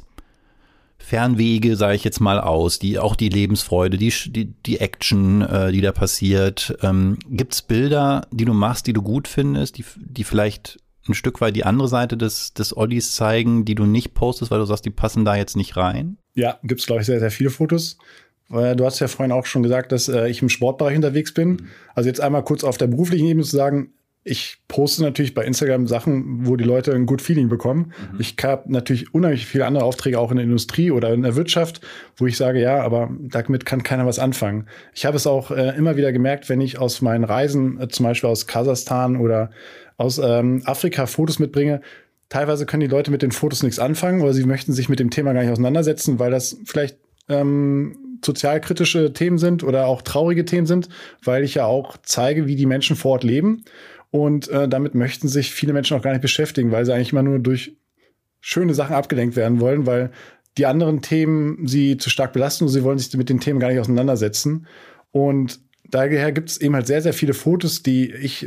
Fernwege, sage ich jetzt mal, aus, auch die Lebensfreude, die Action, die da passiert. Gibt's Bilder, die du machst, die du gut findest, die vielleicht ein Stück weit die andere Seite des Ollis zeigen, die du nicht postest, weil du sagst, die passen da jetzt nicht rein? Ja, gibt's, glaube ich, sehr, sehr viele Fotos. Du hast ja vorhin auch schon gesagt, dass ich im Sportbereich unterwegs bin. Also jetzt einmal kurz auf der beruflichen Ebene zu sagen, ich poste natürlich bei Instagram Sachen, wo die Leute ein Good Feeling bekommen. Ich habe natürlich unheimlich viele andere Aufträge auch in der Industrie oder in der Wirtschaft, wo ich sage, ja, aber damit kann keiner was anfangen. Ich habe es auch immer wieder gemerkt, wenn ich aus meinen Reisen, zum Beispiel aus Kasachstan oder aus Afrika Fotos mitbringe. Teilweise können die Leute mit den Fotos nichts anfangen oder sie möchten sich mit dem Thema gar nicht auseinandersetzen, weil das vielleicht sozialkritische Themen sind oder auch traurige Themen sind, weil ich ja auch zeige, wie die Menschen vor Ort leben. Und damit möchten sich viele Menschen auch gar nicht beschäftigen, weil sie eigentlich immer nur durch schöne Sachen abgelenkt werden wollen, weil die anderen Themen sie zu stark belasten und sie wollen sich mit den Themen gar nicht auseinandersetzen. Und daher gibt es eben halt sehr, sehr viele Fotos, die ich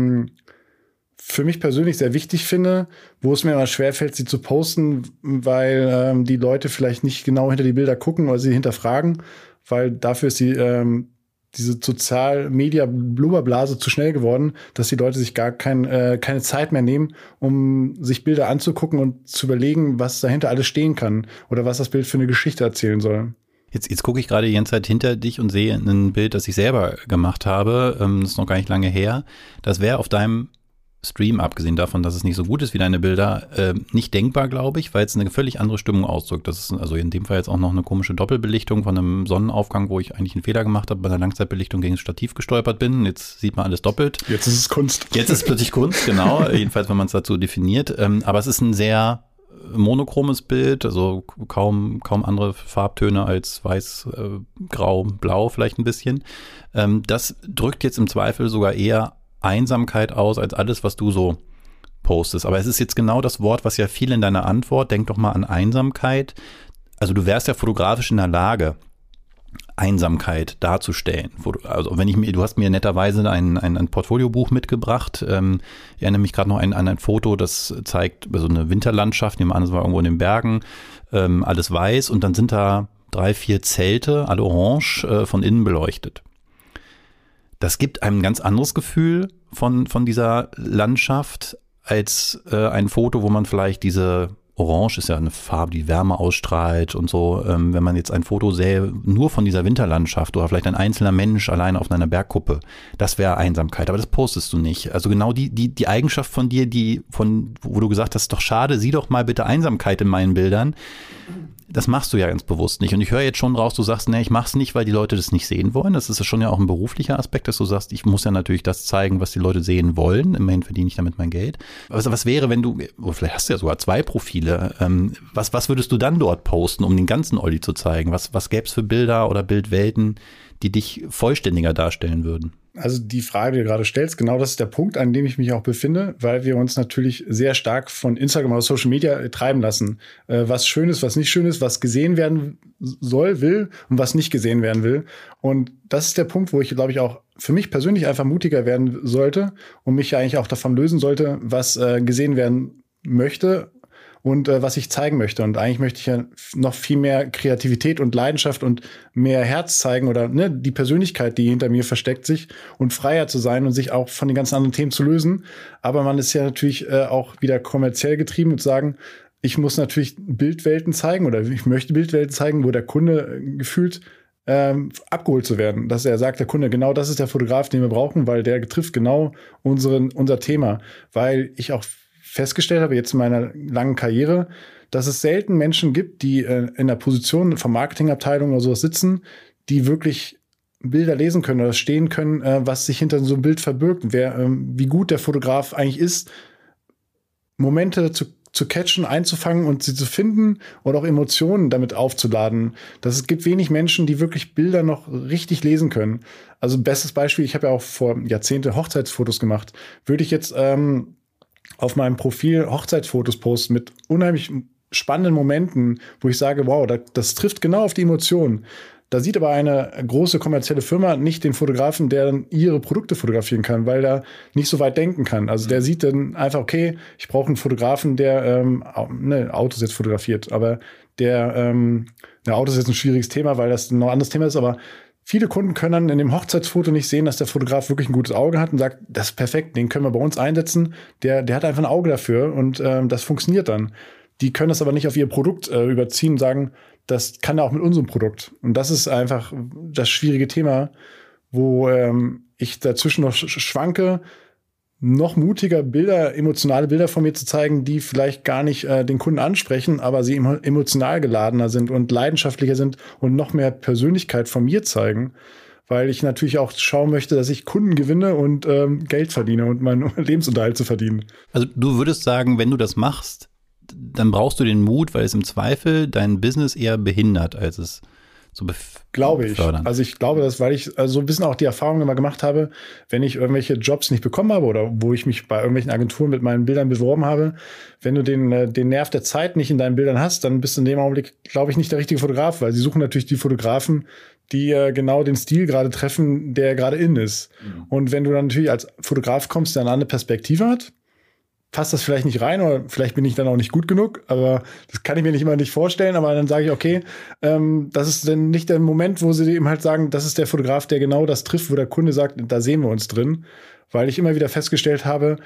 für mich persönlich sehr wichtig finde, wo es mir immer schwerfällt, sie zu posten, weil die Leute vielleicht nicht genau hinter die Bilder gucken oder sie hinterfragen, weil dafür ist diese Sozial-Media-Blubberblase zu schnell geworden, dass die Leute sich gar keine Zeit mehr nehmen, um sich Bilder anzugucken und zu überlegen, was dahinter alles stehen kann oder was das Bild für eine Geschichte erzählen soll. Jetzt gucke ich gerade die ganze Zeit hinter dich und sehe ein Bild, das ich selber gemacht habe. Das ist noch gar nicht lange her. Das wäre auf deinem Stream, abgesehen davon, dass es nicht so gut ist wie deine Bilder, nicht denkbar, glaube ich, weil es eine völlig andere Stimmung ausdrückt. Das ist also in dem Fall jetzt auch noch eine komische Doppelbelichtung von einem Sonnenaufgang, wo ich eigentlich einen Fehler gemacht habe, bei einer Langzeitbelichtung gegen das Stativ gestolpert bin. Jetzt sieht man alles doppelt. Jetzt ist es Kunst. Jetzt ist es plötzlich Kunst, genau. Jedenfalls, wenn man es dazu definiert. Aber es ist ein sehr monochromes Bild, also kaum andere Farbtöne als weiß, grau, blau vielleicht ein bisschen. Das drückt jetzt im Zweifel sogar eher Einsamkeit aus als alles, was du so postest. Aber es ist jetzt genau das Wort, was ja viel in deiner Antwort, denk doch mal an Einsamkeit. Also du wärst ja fotografisch in der Lage, Einsamkeit darzustellen. Also du hast mir netterweise ein Portfoliobuch mitgebracht. Ich erinnere mich gerade noch an ein Foto, das zeigt so eine Winterlandschaft, nehmen wir an, es war irgendwo in den Bergen, alles weiß und dann sind da 3, 4 Zelte, alle orange, von innen beleuchtet. Das gibt einem ein ganz anderes Gefühl von dieser Landschaft als ein Foto, wo man vielleicht Orange ist ja eine Farbe, die Wärme ausstrahlt und so. Wenn man jetzt ein Foto sähe, nur von dieser Winterlandschaft oder vielleicht ein einzelner Mensch alleine auf einer Bergkuppe, das wäre Einsamkeit. Aber das postest du nicht. Also genau die Eigenschaft von dir, wo du gesagt hast, doch schade, sieh doch mal bitte Einsamkeit in meinen Bildern. Das machst du ja ganz bewusst nicht. Und ich höre jetzt schon raus, du sagst, ich mach's nicht, weil die Leute das nicht sehen wollen. Das ist schon ja auch ein beruflicher Aspekt, dass du sagst, ich muss ja natürlich das zeigen, was die Leute sehen wollen. Immerhin verdiene ich damit mein Geld. Also was wäre, wenn du, oder vielleicht hast du ja sogar 2 Profile, was würdest du dann dort posten, um den ganzen Olli zu zeigen? Was gäbe es für Bilder oder Bildwelten, die dich vollständiger darstellen würden? Also die Frage, die du gerade stellst, genau das ist der Punkt, an dem ich mich auch befinde, weil wir uns natürlich sehr stark von Instagram oder Social Media treiben lassen. Was schön ist, was nicht schön ist, was gesehen werden soll, will und was nicht gesehen werden will. Und das ist der Punkt, wo ich, glaube ich, auch für mich persönlich einfach mutiger werden sollte und mich eigentlich auch davon lösen sollte, was gesehen werden möchte und was ich zeigen möchte. Und eigentlich möchte ich ja noch viel mehr Kreativität und Leidenschaft und mehr Herz zeigen oder die Persönlichkeit, die hinter mir versteckt sich und freier zu sein und sich auch von den ganzen anderen Themen zu lösen. Aber man ist ja natürlich auch wieder kommerziell getrieben und sagen, ich muss natürlich Bildwelten zeigen oder ich möchte Bildwelten zeigen, wo der Kunde gefühlt abgeholt zu werden. Dass er sagt, der Kunde, genau das ist der Fotograf, den wir brauchen, weil der trifft genau unser Thema. Weil ich auch festgestellt habe, jetzt in meiner langen Karriere, dass es selten Menschen gibt, die in der Position von Marketingabteilung oder sowas sitzen, die wirklich Bilder lesen können oder stehen können, was sich hinter so einem Bild verbirgt, wie gut der Fotograf eigentlich ist, Momente zu catchen, einzufangen und sie zu finden oder auch Emotionen damit aufzuladen. Es gibt wenig Menschen, die wirklich Bilder noch richtig lesen können. Also bestes Beispiel, ich habe ja auch vor Jahrzehnten Hochzeitsfotos gemacht. Würde ich jetzt auf meinem Profil Hochzeitsfotos posten mit unheimlich spannenden Momenten, wo ich sage, wow, das trifft genau auf die Emotionen. Da sieht aber eine große kommerzielle Firma nicht den Fotografen, der dann ihre Produkte fotografieren kann, weil der nicht so weit denken kann. Also der sieht dann einfach, okay, ich brauche einen Fotografen, der Autos jetzt fotografiert. Aber Autos ist jetzt ein schwieriges Thema, weil das noch ein anderes Thema ist, aber viele Kunden können dann in dem Hochzeitsfoto nicht sehen, dass der Fotograf wirklich ein gutes Auge hat und sagt, das ist perfekt, den können wir bei uns einsetzen. Der hat einfach ein Auge dafür und das funktioniert dann. Die können das aber nicht auf ihr Produkt überziehen und sagen, das kann er auch mit unserem Produkt. Und das ist einfach das schwierige Thema, wo ich dazwischen noch schwanke, noch mutiger emotionale Bilder von mir zu zeigen, die vielleicht gar nicht den Kunden ansprechen, aber sie emotional geladener sind und leidenschaftlicher sind und noch mehr Persönlichkeit von mir zeigen, weil ich natürlich auch schauen möchte, dass ich Kunden gewinne und Geld verdiene und meinen Lebensunterhalt zu verdienen. Also du würdest sagen, wenn du das machst, dann brauchst du den Mut, weil es im Zweifel dein Business eher behindert, als es zu glaube ich. Also ich glaube, weil ich so ein bisschen auch die Erfahrung immer gemacht habe, wenn ich irgendwelche Jobs nicht bekommen habe oder wo ich mich bei irgendwelchen Agenturen mit meinen Bildern beworben habe, wenn du den Nerv der Zeit nicht in deinen Bildern hast, dann bist du in dem Augenblick, glaube ich, nicht der richtige Fotograf, weil sie suchen natürlich die Fotografen, die genau den Stil gerade treffen, der gerade in ist. Mhm. Und wenn du dann natürlich als Fotograf kommst, der eine andere Perspektive hat, passt das vielleicht nicht rein oder vielleicht bin ich dann auch nicht gut genug, aber das kann ich mir nicht vorstellen, aber dann sage ich, okay, das ist dann nicht der Moment, wo sie eben halt sagen, das ist der Fotograf, der genau das trifft, wo der Kunde sagt, da sehen wir uns drin, weil ich immer wieder festgestellt habe,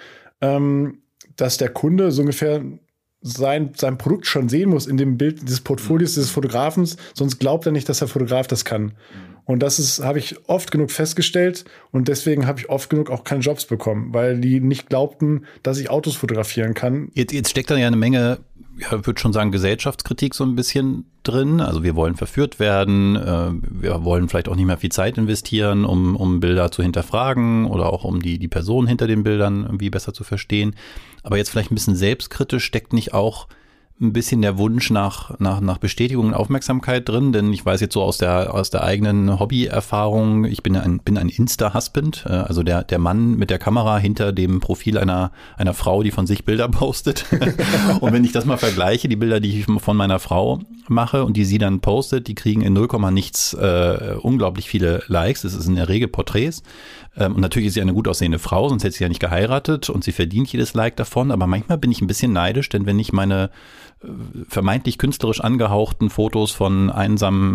dass der Kunde so ungefähr sein Produkt schon sehen muss in dem Bild des Portfolios des Fotografens, sonst glaubt er nicht, dass der Fotograf das kann. Und habe ich oft genug festgestellt und deswegen habe ich oft genug auch keine Jobs bekommen, weil die nicht glaubten, dass ich Autos fotografieren kann. Jetzt steckt da ja eine Menge, ich würde schon sagen, Gesellschaftskritik so ein bisschen drin. Also wir wollen verführt werden, wir wollen vielleicht auch nicht mehr viel Zeit investieren, um Bilder zu hinterfragen oder auch um die Person hinter den Bildern irgendwie besser zu verstehen. Aber jetzt vielleicht ein bisschen selbstkritisch, steckt nicht auch ein bisschen der Wunsch nach Bestätigung und Aufmerksamkeit drin, denn ich weiß jetzt so aus der eigenen Hobbyerfahrung, ich bin ein Insta-Husband, also der Mann mit der Kamera hinter dem Profil einer Frau, die von sich Bilder postet. Und wenn ich das mal vergleiche, die Bilder, die ich von meiner Frau mache und die sie dann postet, die kriegen in 0, nichts unglaublich viele Likes. Das ist in der Regel Porträts. Und natürlich ist sie eine gut aussehende Frau, sonst hätte sie ja nicht geheiratet und sie verdient jedes Like davon. Aber manchmal bin ich ein bisschen neidisch, denn wenn ich meine vermeintlich künstlerisch angehauchten Fotos von einsamen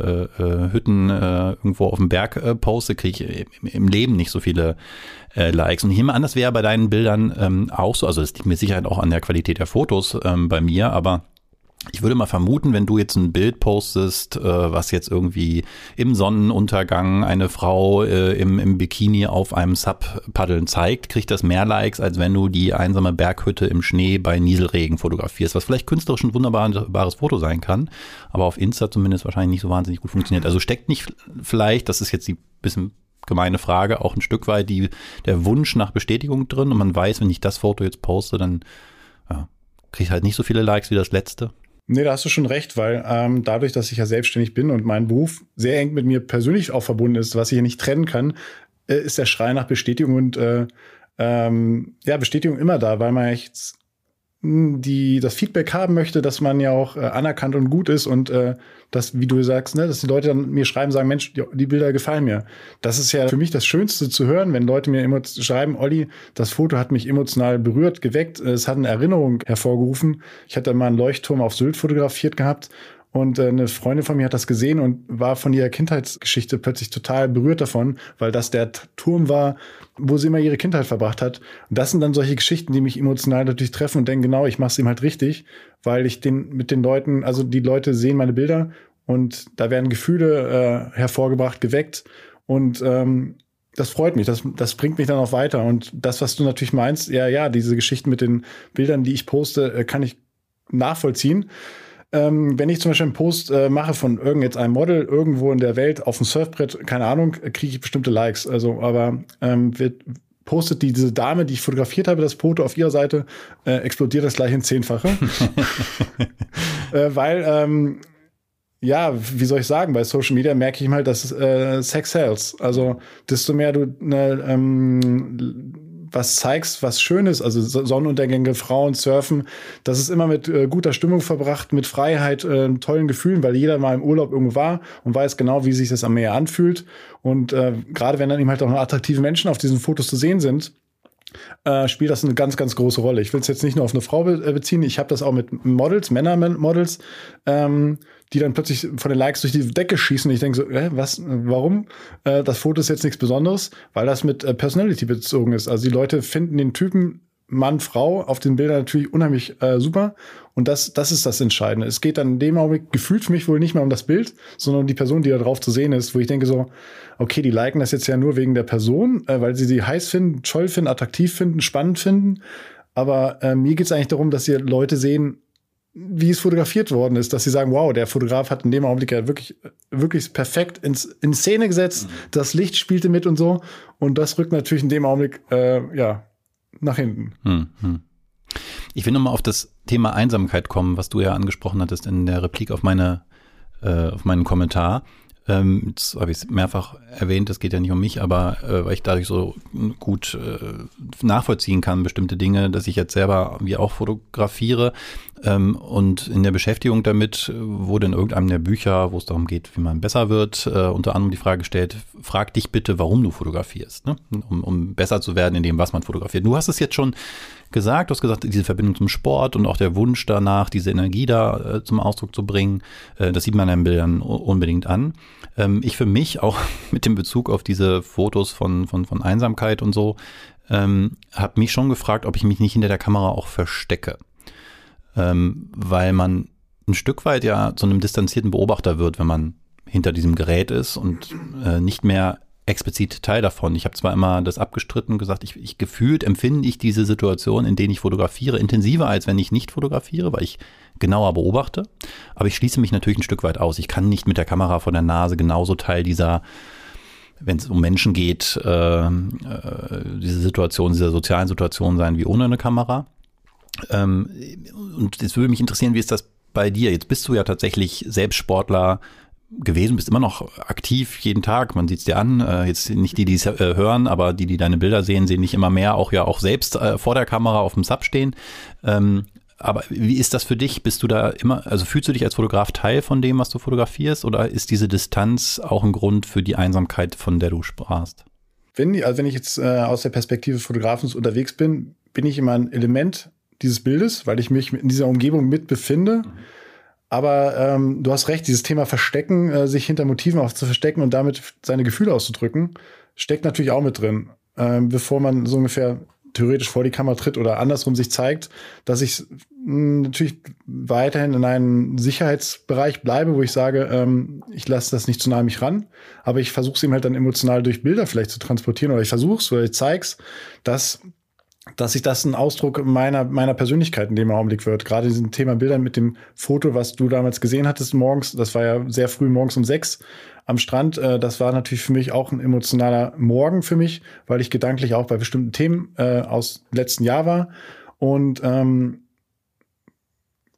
Hütten irgendwo auf dem Berg poste, kriege ich im Leben nicht so viele Likes. Und ich nehme an, das wäre bei deinen Bildern auch so. Also das liegt mit Sicherheit auch an der Qualität der Fotos bei mir, aber ich würde mal vermuten, wenn du jetzt ein Bild postest, was jetzt irgendwie im Sonnenuntergang eine Frau im Bikini auf einem Sub paddeln zeigt, kriegt das mehr Likes, als wenn du die einsame Berghütte im Schnee bei Nieselregen fotografierst, was vielleicht künstlerisch ein wunderbares Foto sein kann, aber auf Insta zumindest wahrscheinlich nicht so wahnsinnig gut funktioniert. Also steckt nicht vielleicht, das ist jetzt die bisschen gemeine Frage, auch ein Stück weit der Wunsch nach Bestätigung drin und man weiß, wenn ich das Foto jetzt poste, dann kriege ich halt nicht so viele Likes wie das letzte. Nee, da hast du schon recht, weil dadurch, dass ich ja selbstständig bin und mein Beruf sehr eng mit mir persönlich auch verbunden ist, was ich ja nicht trennen kann, ist der Schrei nach Bestätigung und Bestätigung immer da, weil man echt das Feedback haben möchte, dass man ja auch anerkannt und gut ist und dass, wie du sagst, ne, dass die Leute dann mir schreiben, sagen, Mensch, die Bilder gefallen mir. Das ist ja für mich das Schönste zu hören, wenn Leute mir schreiben, Olli, das Foto hat mich emotional berührt, geweckt, es hat eine Erinnerung hervorgerufen. Ich hatte mal einen Leuchtturm auf Sylt fotografiert gehabt. Und eine Freundin von mir hat das gesehen und war von ihrer Kindheitsgeschichte plötzlich total berührt davon, weil das der Turm war, wo sie immer ihre Kindheit verbracht hat. Und das sind dann solche Geschichten, die mich emotional natürlich treffen und denken, genau, ich mache es ihm halt richtig, weil ich mit den Leuten, also die Leute sehen meine Bilder und da werden Gefühle hervorgebracht, geweckt und das freut mich, das bringt mich dann auch weiter. Und das, was du natürlich meinst, ja, diese Geschichten mit den Bildern, die ich poste, kann ich nachvollziehen. Wenn ich zum Beispiel einen Post mache von einem Model irgendwo in der Welt auf dem Surfbrett, keine Ahnung, kriege ich bestimmte Likes. Also, aber postet diese Dame, die ich fotografiert habe, das Foto auf ihrer Seite, explodiert das gleich in 10-fache. Weil, wie soll ich sagen, bei Social Media merke ich mal, dass Sex sells. Also, desto mehr du was zeigst, was schön ist, also Sonnenuntergänge, Frauen, Surfen, das ist immer mit guter Stimmung verbracht, mit Freiheit, tollen Gefühlen, weil jeder mal im Urlaub irgendwo war und weiß genau, wie sich das am Meer anfühlt. Und gerade wenn dann eben halt auch noch attraktive Menschen auf diesen Fotos zu sehen sind, spielt das eine ganz, ganz große Rolle. Ich will es jetzt nicht nur auf eine Frau beziehen, ich habe das auch mit Models, Männermodels, die dann plötzlich von den Likes durch die Decke schießen. Ich denke so, warum? Das Foto ist jetzt nichts Besonderes, weil das mit Personality bezogen ist. Also die Leute finden den Typen Mann, Frau auf den Bildern natürlich unheimlich super. Und das ist das Entscheidende. Es geht dann in dem Augenblick gefühlt für mich wohl nicht mehr um das Bild, sondern um die Person, die da drauf zu sehen ist, wo ich denke so, okay, die liken das jetzt ja nur wegen der Person, weil sie heiß finden, toll finden, attraktiv finden, spannend finden. Aber mir geht es eigentlich darum, dass hier Leute sehen, wie es fotografiert worden ist, dass sie sagen, wow, der Fotograf hat in dem Augenblick ja wirklich, wirklich perfekt in Szene gesetzt, das Licht spielte mit und so. Und das rückt natürlich in dem Augenblick, nach hinten. Ich will nochmal auf das Thema Einsamkeit kommen, was du ja angesprochen hattest in der Replik auf meinen Kommentar. Jetzt habe ich es mehrfach erwähnt, das geht ja nicht um mich, aber weil ich dadurch so gut nachvollziehen kann, bestimmte Dinge, dass ich jetzt selber wie auch fotografiere und in der Beschäftigung damit wurde in irgendeinem der Bücher, wo es darum geht, wie man besser wird, unter anderem die Frage gestellt, frag dich bitte, warum du fotografierst, ne? Um besser zu werden in dem, was man fotografiert. Du hast es jetzt schon gesagt, du hast gesagt, diese Verbindung zum Sport und auch der Wunsch danach, diese Energie da zum Ausdruck zu bringen, das sieht man in den Bildern unbedingt an. Ich für mich auch mit dem Bezug auf diese Fotos von Einsamkeit und so, habe mich schon gefragt, ob ich mich nicht hinter der Kamera auch verstecke. Weil man ein Stück weit ja zu einem distanzierten Beobachter wird, wenn man hinter diesem Gerät ist und nicht mehr explizit Teil davon. Ich habe zwar immer das abgestritten, gesagt, ich gefühlt empfinde ich diese Situation, in denen ich fotografiere, intensiver, als wenn ich nicht fotografiere, weil ich genauer beobachte. Aber ich schließe mich natürlich ein Stück weit aus. Ich kann nicht mit der Kamera vor der Nase genauso Teil dieser, wenn es um Menschen geht, diese Situation, dieser sozialen Situation sein wie ohne eine Kamera. Und jetzt würde mich interessieren, wie ist das bei dir? Jetzt bist du ja tatsächlich selbst Sportler gewesen, bist immer noch aktiv jeden Tag, man sieht es dir an, jetzt nicht die es hören, aber die deine Bilder sehen nicht immer mehr, auch selbst vor der Kamera auf dem Sub stehen. Aber wie ist das für dich? Bist du da immer, also fühlst du dich als Fotograf Teil von dem, was du fotografierst, oder ist diese Distanz auch ein Grund für die Einsamkeit, von der du sprachst? Wenn ich jetzt aus der Perspektive des Fotografen unterwegs bin, bin ich immer ein Element dieses Bildes, weil ich mich in dieser Umgebung mit befinde. Aber du hast recht, dieses Thema Verstecken, sich hinter Motiven auch zu verstecken und damit seine Gefühle auszudrücken, steckt natürlich auch mit drin. Bevor man so ungefähr theoretisch vor die Kamera tritt oder andersrum sich zeigt, dass ich natürlich weiterhin in einem Sicherheitsbereich bleibe, wo ich sage, ich lasse das nicht zu nah an mich ran, aber ich versuche es eben halt dann emotional durch Bilder vielleicht zu transportieren oder ich versuche es oder ich zeige es, dass sich das ein Ausdruck meiner Persönlichkeit in dem Augenblick wird. Gerade diesem Thema Bildern mit dem Foto, was du damals gesehen hattest morgens, das war ja sehr früh morgens um 6 am Strand. Das war natürlich für mich auch ein emotionaler Morgen für mich, weil ich gedanklich auch bei bestimmten Themen aus letzten Jahr war. Und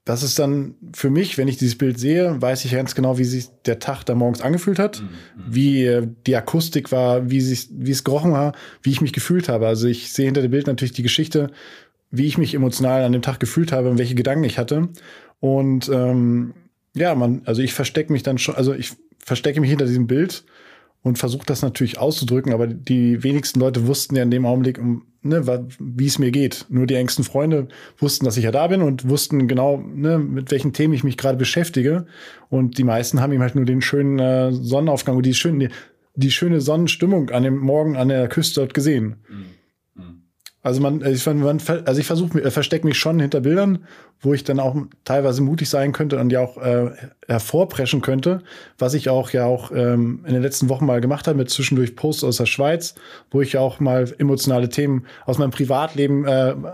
das ist dann für mich, wenn ich dieses Bild sehe, weiß ich ganz genau, wie sich der Tag da morgens angefühlt hat, wie die Akustik war, wie es gerochen war, wie ich mich gefühlt habe. Also ich sehe hinter dem Bild natürlich die Geschichte, wie ich mich emotional an dem Tag gefühlt habe und welche Gedanken ich hatte. Und also ich verstecke mich dann schon, also ich verstecke mich hinter diesem Bild und versuche das natürlich auszudrücken, aber die wenigsten Leute wussten ja in dem Augenblick, wie es mir geht. Nur die engsten Freunde wussten, dass ich ja da bin und wussten genau, mit welchen Themen ich mich gerade beschäftige. Und die meisten haben eben halt nur den schönen Sonnenaufgang und die schöne Sonnenstimmung an dem Morgen an der Küste dort gesehen. Also ich verstecke mich schon hinter Bildern, wo ich dann auch teilweise mutig sein könnte und ja auch hervorpreschen könnte, was ich auch in den letzten Wochen mal gemacht habe mit zwischendurch Posts aus der Schweiz, wo ich ja auch mal emotionale Themen aus meinem Privatleben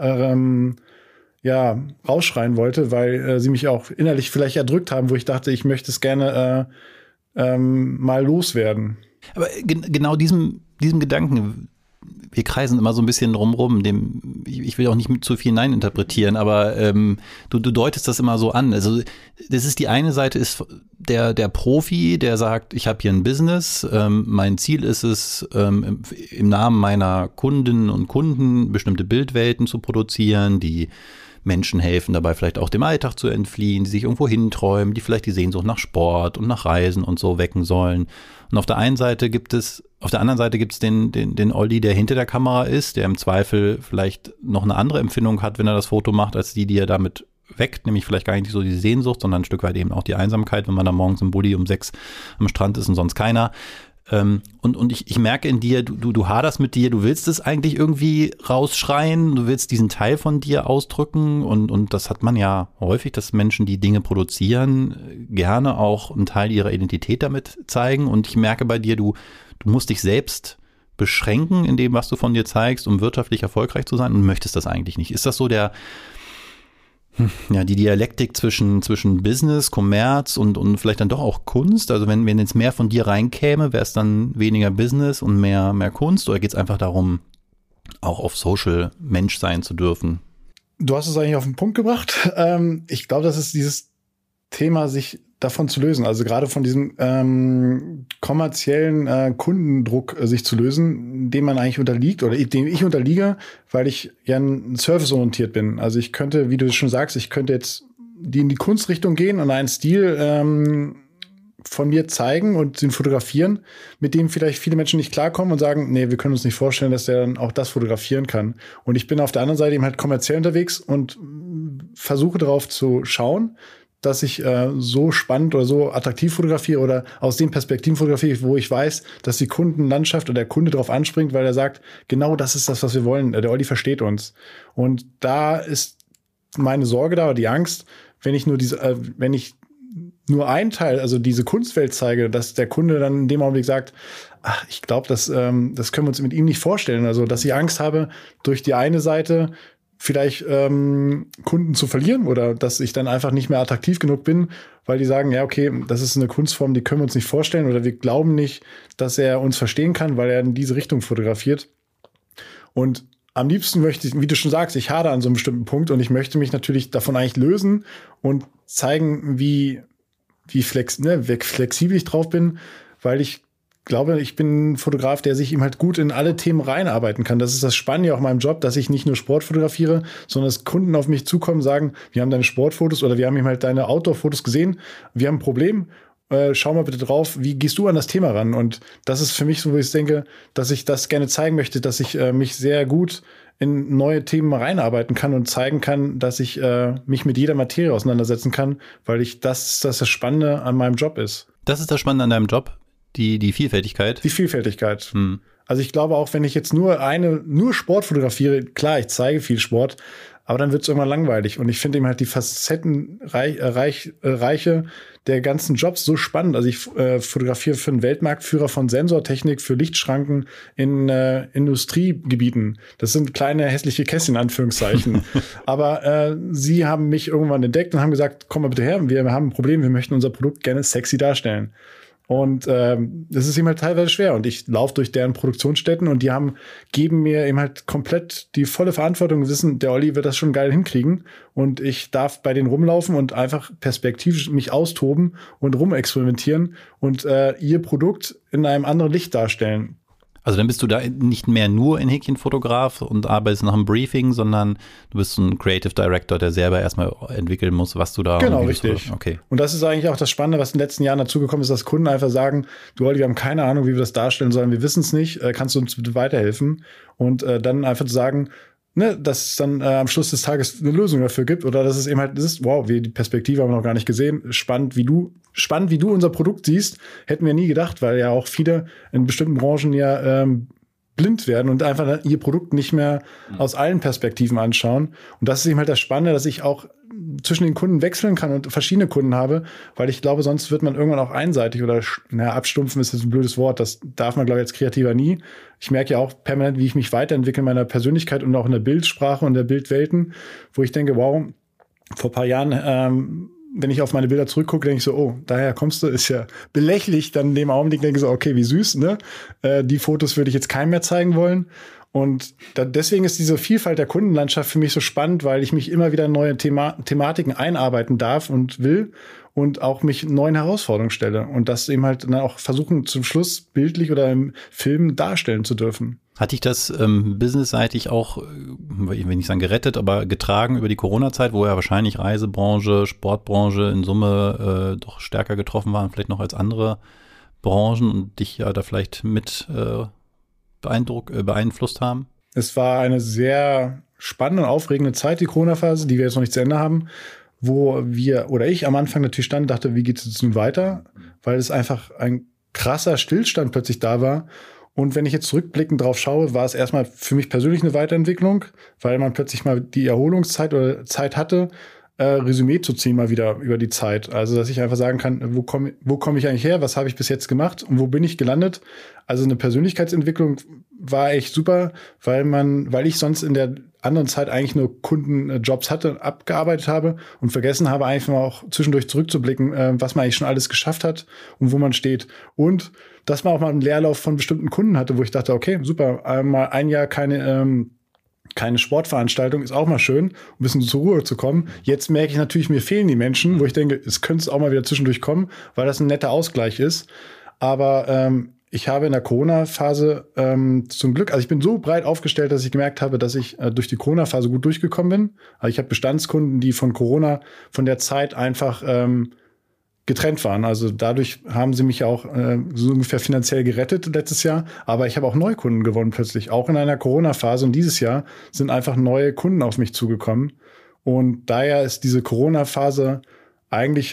rausschreien wollte, weil sie mich auch innerlich vielleicht erdrückt haben, wo ich dachte, ich möchte es gerne mal loswerden. Aber genau diesem Gedanken, wir kreisen immer so ein bisschen drumrum, ich will auch nicht mit zu viel hineininterpretieren, aber du deutest das immer so an. Also das ist die eine Seite, ist der Profi, der sagt, ich habe hier ein Business, mein Ziel ist es, im Namen meiner Kundinnen und Kunden bestimmte Bildwelten zu produzieren, die Menschen helfen dabei, vielleicht auch dem Alltag zu entfliehen, die sich irgendwo hinträumen, die vielleicht die Sehnsucht nach Sport und nach Reisen und so wecken sollen. Und auf der anderen Seite gibt es den Olli, der hinter der Kamera ist, der im Zweifel vielleicht noch eine andere Empfindung hat, wenn er das Foto macht, als die er damit weckt, nämlich vielleicht gar nicht so die Sehnsucht, sondern ein Stück weit eben auch die Einsamkeit, wenn man da morgens im Bulli um 6 am Strand ist und sonst keiner. Und ich merke in dir, du haderst mit dir, du willst es eigentlich irgendwie rausschreien, du willst diesen Teil von dir ausdrücken und das hat man ja häufig, dass Menschen, die Dinge produzieren, gerne auch einen Teil ihrer Identität damit zeigen und ich merke bei dir, du musst dich selbst beschränken in dem, was du von dir zeigst, um wirtschaftlich erfolgreich zu sein und möchtest das eigentlich nicht. Ist das so die Dialektik zwischen Business, Kommerz und vielleicht dann doch auch Kunst? Also wenn jetzt mehr von dir reinkäme, wäre es dann weniger Business und mehr Kunst? Oder geht es einfach darum, auch auf Social Mensch sein zu dürfen? Du hast es eigentlich auf den Punkt gebracht. Ich glaube, das ist dieses Thema, sich davon zu lösen. Also gerade von diesem kommerziellen Kundendruck sich zu lösen, dem man eigentlich unterliegt oder dem ich unterliege, weil ich ja serviceorientiert bin. Also ich könnte, wie du schon sagst, ich könnte jetzt in die Kunstrichtung gehen und einen Stil von mir zeigen und den fotografieren, mit dem vielleicht viele Menschen nicht klarkommen und sagen, nee, wir können uns nicht vorstellen, dass der dann auch das fotografieren kann. Und ich bin auf der anderen Seite eben halt kommerziell unterwegs und versuche darauf zu schauen, dass ich so spannend oder so attraktiv fotografiere oder aus den Perspektiven fotografiere, wo ich weiß, dass die Kundenlandschaft oder der Kunde darauf anspringt, weil er sagt, genau das ist das, was wir wollen. Der Olli versteht uns. Und da ist meine Sorge da oder die Angst, wenn ich nur einen Teil, also diese Kunstwelt zeige, dass der Kunde dann in dem Augenblick sagt, ach, ich glaube, das können wir uns mit ihm nicht vorstellen. Also, dass ich Angst habe, durch die eine Seite vielleicht Kunden zu verlieren oder dass ich dann einfach nicht mehr attraktiv genug bin, weil die sagen, ja, okay, das ist eine Kunstform, die können wir uns nicht vorstellen oder wir glauben nicht, dass er uns verstehen kann, weil er in diese Richtung fotografiert. Und am liebsten möchte ich, wie du schon sagst, ich hadere an so einem bestimmten Punkt und ich möchte mich natürlich davon eigentlich lösen und zeigen, wie flexibel ich drauf bin, weil ich glaube, ich bin ein Fotograf, der sich eben halt gut in alle Themen reinarbeiten kann. Das ist das Spannende auch in meinem Job, dass ich nicht nur Sport fotografiere, sondern dass Kunden auf mich zukommen, sagen, wir haben deine Sportfotos oder wir haben eben halt deine Outdoor-Fotos gesehen, wir haben ein Problem, schau mal bitte drauf, wie gehst du an das Thema ran? Und das ist für mich so, wo ich denke, dass ich das gerne zeigen möchte, dass ich mich sehr gut in neue Themen reinarbeiten kann und zeigen kann, dass ich mich mit jeder Materie auseinandersetzen kann, weil das Spannende an meinem Job ist. Das ist das Spannende an deinem Job? Die Vielfältigkeit? Die Vielfältigkeit. Also ich glaube auch, wenn ich jetzt nur Sport fotografiere, klar, ich zeige viel Sport, aber dann wird es irgendwann langweilig. Und ich finde eben halt die Facettenreiche der ganzen Jobs so spannend. Also ich fotografiere für einen Weltmarktführer von Sensortechnik für Lichtschranken in Industriegebieten. Das sind kleine hässliche Kästchen, in Anführungszeichen. Aber sie haben mich irgendwann entdeckt und haben gesagt, komm mal bitte her, wir haben ein Problem, wir möchten unser Produkt gerne sexy darstellen. Und das ist ihm halt teilweise schwer. Und ich laufe durch deren Produktionsstätten und die geben mir eben halt komplett die volle Verantwortung, wissen, der Olli wird das schon geil hinkriegen. Und ich darf bei denen rumlaufen und einfach perspektivisch mich austoben und rumexperimentieren und ihr Produkt in einem anderen Licht darstellen. Also dann bist du da nicht mehr nur ein Häkchenfotograf und arbeitest nach einem Briefing, sondern du bist ein Creative Director, der selber erstmal entwickeln muss, was du da... Genau, richtig. Okay. Und das ist eigentlich auch das Spannende, was in den letzten Jahren dazugekommen ist, dass Kunden einfach sagen, du Olli, wir haben keine Ahnung, wie wir das darstellen sollen, wir wissen es nicht, kannst du uns bitte weiterhelfen? Und dann einfach zu sagen, ne, dass es dann am Schluss des Tages eine Lösung dafür gibt oder dass es eben halt ist, wow, die Perspektive haben wir noch gar nicht gesehen, spannend, wie du unser Produkt siehst, hätten wir nie gedacht, weil ja auch viele in bestimmten Branchen ja blind werden und einfach ihr Produkt nicht mehr aus allen Perspektiven anschauen. Und das ist eben halt das Spannende, dass ich auch zwischen den Kunden wechseln kann und verschiedene Kunden habe, weil ich glaube, sonst wird man irgendwann auch einseitig oder abstumpfen ist jetzt ein blödes Wort, das darf man, glaube ich, als Kreativer nie. Ich merke ja auch permanent, wie ich mich weiterentwickle in meiner Persönlichkeit und auch in der Bildsprache und der Bildwelten, wo ich denke, wow, vor ein paar Jahren wenn ich auf meine Bilder zurückgucke, denke ich so, oh, daher kommst du, ist ja belächlich. Dann in dem Augenblick denke ich so, okay, wie süß, ne? Die Fotos würde ich jetzt keinem mehr zeigen wollen. Und deswegen ist diese Vielfalt der Kundenlandschaft für mich so spannend, weil ich mich immer wieder in neue Thematiken einarbeiten darf und will und auch mich neuen Herausforderungen stelle. Und das eben halt dann auch versuchen, zum Schluss bildlich oder im Film darstellen zu dürfen. Hat dich das businessseitig auch, ich will nicht sagen gerettet, aber getragen über die Corona-Zeit, wo ja wahrscheinlich Reisebranche, Sportbranche in Summe doch stärker getroffen waren, vielleicht noch als andere Branchen und dich ja da vielleicht mit beeinflusst haben? Es war eine sehr spannende und aufregende Zeit, die Corona-Phase, die wir jetzt noch nicht zu Ende haben, wo ich am Anfang natürlich stand und dachte, wie geht es jetzt nun weiter? Weil es einfach ein krasser Stillstand plötzlich da war. Und wenn ich jetzt rückblickend drauf schaue, war es erstmal für mich persönlich eine Weiterentwicklung, weil man plötzlich mal die Erholungszeit oder Zeit hatte, Resümee zu ziehen mal wieder über die Zeit. Also, dass ich einfach sagen kann, wo komm ich eigentlich her? Was habe ich bis jetzt gemacht? Und wo bin ich gelandet? Also, eine Persönlichkeitsentwicklung war echt super, weil ich sonst in der anderen Zeit eigentlich nur Kundenjobs abgearbeitet habe und vergessen habe, einfach mal auch zwischendurch zurückzublicken, was man eigentlich schon alles geschafft hat und wo man steht. Und dass man auch mal einen Leerlauf von bestimmten Kunden hatte, wo ich dachte, okay, super, mal ein Jahr keine Sportveranstaltung, ist auch mal schön, um ein bisschen zur Ruhe zu kommen. Jetzt merke ich natürlich, mir fehlen die Menschen, wo ich denke, es könnte auch mal wieder zwischendurch kommen, weil das ein netter Ausgleich ist. Aber ich habe in der Corona-Phase zum Glück, also ich bin so breit aufgestellt, dass ich gemerkt habe, dass ich durch die Corona-Phase gut durchgekommen bin. Also ich habe Bestandskunden, die von Corona, von der Zeit einfach getrennt waren. Also dadurch haben sie mich auch so ungefähr finanziell gerettet letztes Jahr. Aber ich habe auch neue Kunden gewonnen plötzlich, auch in einer Corona-Phase. Und dieses Jahr sind einfach neue Kunden auf mich zugekommen. Und daher ist diese Corona-Phase eigentlich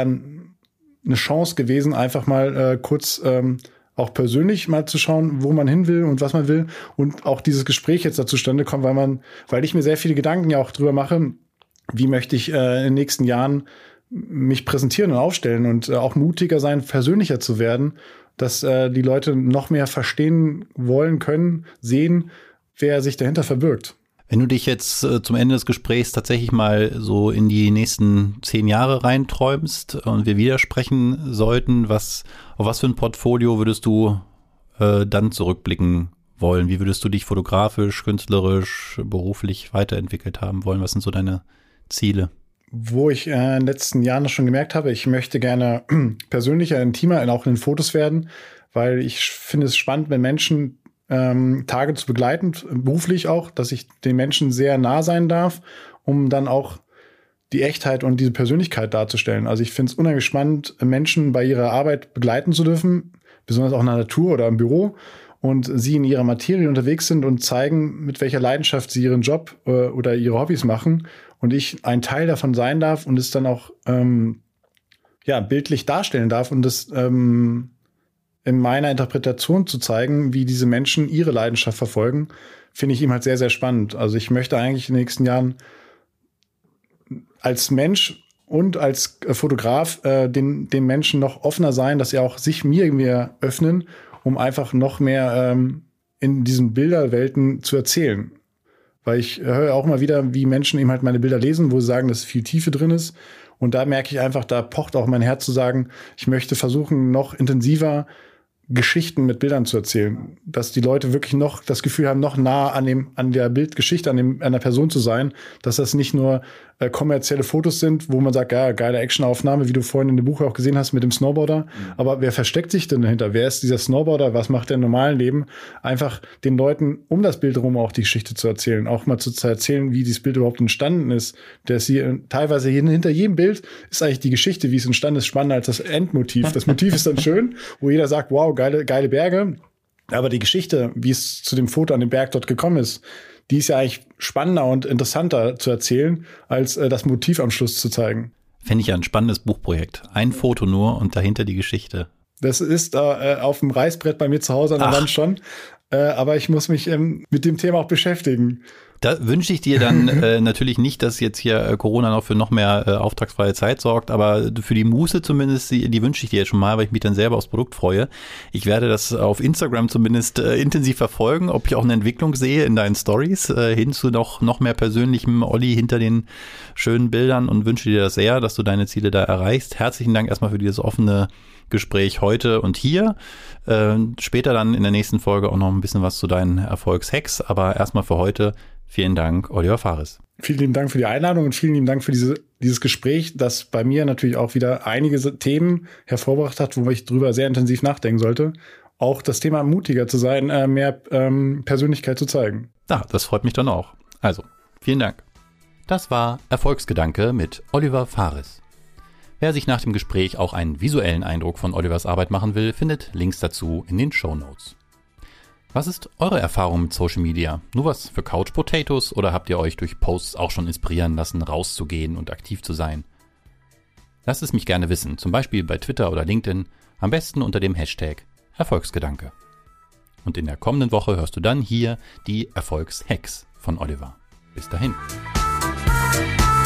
eine Chance gewesen, einfach mal kurz auch persönlich mal zu schauen, wo man hin will und was man will. Und auch dieses Gespräch jetzt dazu zustande kommt, weil ich mir sehr viele Gedanken ja auch drüber mache, wie möchte ich in den nächsten Jahren mich präsentieren und aufstellen und auch mutiger sein, persönlicher zu werden, dass die Leute noch mehr verstehen wollen können, sehen, wer sich dahinter verbirgt. Wenn du dich jetzt zum Ende des Gesprächs tatsächlich mal so in die nächsten 10 Jahre reinträumst und wir widersprechen sollten, auf was für ein Portfolio würdest du dann zurückblicken wollen? Wie würdest du dich fotografisch, künstlerisch, beruflich weiterentwickelt haben wollen? Was sind so deine Ziele? Wo ich in den letzten Jahren schon gemerkt habe, ich möchte gerne persönlicher, intimer, auch in den Fotos werden, weil ich finde es spannend, wenn Menschen Tage zu begleiten, beruflich auch, dass ich den Menschen sehr nah sein darf, um dann auch die Echtheit und diese Persönlichkeit darzustellen. Also ich finde es unheimlich spannend, Menschen bei ihrer Arbeit begleiten zu dürfen, besonders auch in der Natur oder im Büro, und sie in ihrer Materie unterwegs sind und zeigen, mit welcher Leidenschaft sie ihren Job oder ihre Hobbys machen und ich ein Teil davon sein darf und es dann auch bildlich darstellen darf und das in meiner Interpretation zu zeigen, wie diese Menschen ihre Leidenschaft verfolgen, finde ich ihm halt sehr, sehr spannend. Also ich möchte eigentlich in den nächsten Jahren als Mensch und als Fotograf den Menschen noch offener sein, dass sie auch sich mir öffnen, um einfach noch mehr in diesen Bilderwelten zu erzählen. Weil ich höre auch mal wieder, wie Menschen eben halt meine Bilder lesen, wo sie sagen, dass viel Tiefe drin ist. Und da merke ich einfach, da pocht auch mein Herz zu sagen, ich möchte versuchen, noch intensiver Geschichten mit Bildern zu erzählen, dass die Leute wirklich noch das Gefühl haben, noch nah an der Bildgeschichte, an der Person zu sein, dass das nicht nur kommerzielle Fotos sind, wo man sagt, ja, geile Actionaufnahme, wie du vorhin in dem Buch auch gesehen hast mit dem Snowboarder. Aber wer versteckt sich denn dahinter? Wer ist dieser Snowboarder? Was macht der im normalen Leben? Einfach den Leuten um das Bild herum auch die Geschichte zu erzählen, auch mal zu erzählen, wie dieses Bild überhaupt entstanden ist. Teilweise hinter jedem Bild ist eigentlich die Geschichte, wie es entstanden ist, spannender als das Endmotiv. Das Motiv ist dann schön, wo jeder sagt, wow, geile Berge. Aber die Geschichte, wie es zu dem Foto an dem Berg dort gekommen ist, die ist ja eigentlich spannender und interessanter zu erzählen, als das Motiv am Schluss zu zeigen. Fände ich ja ein spannendes Buchprojekt. Ein Foto nur und dahinter die Geschichte. Das ist auf dem Reißbrett bei mir zu Hause an der Wand schon. Aber ich muss mich mit dem Thema auch beschäftigen. Da wünsche ich dir dann natürlich nicht, dass jetzt hier Corona noch für noch mehr auftragsfreie Zeit sorgt, aber für die Muße zumindest, die wünsche ich dir jetzt schon mal, weil ich mich dann selber aufs Produkt freue. Ich werde das auf Instagram zumindest intensiv verfolgen, ob ich auch eine Entwicklung sehe in deinen Stories, hin zu noch mehr persönlichem Olli hinter den schönen Bildern und wünsche dir das sehr, dass du deine Ziele da erreichst. Herzlichen Dank erstmal für dieses offene Gespräch heute und hier. Später dann in der nächsten Folge auch noch ein bisschen was zu deinen Erfolgshacks, aber erstmal für heute vielen Dank, Oliver Fares. Vielen lieben Dank für die Einladung und vielen lieben Dank für dieses Gespräch, das bei mir natürlich auch wieder einige Themen hervorgebracht hat, wo ich drüber sehr intensiv nachdenken sollte. Auch das Thema mutiger zu sein, mehr Persönlichkeit zu zeigen. Ja, das freut mich dann auch. Also, vielen Dank. Das war Erfolgsgedanke mit Oliver Fares. Wer sich nach dem Gespräch auch einen visuellen Eindruck von Olivers Arbeit machen will, findet Links dazu in den Shownotes. Was ist eure Erfahrung mit Social Media? Nur was für Couch Potatoes oder habt ihr euch durch Posts auch schon inspirieren lassen, rauszugehen und aktiv zu sein? Lasst es mich gerne wissen, zum Beispiel bei Twitter oder LinkedIn, am besten unter dem Hashtag Erfolgsgedanke. Und in der kommenden Woche hörst du dann hier die Erfolgshacks von Oliver. Bis dahin.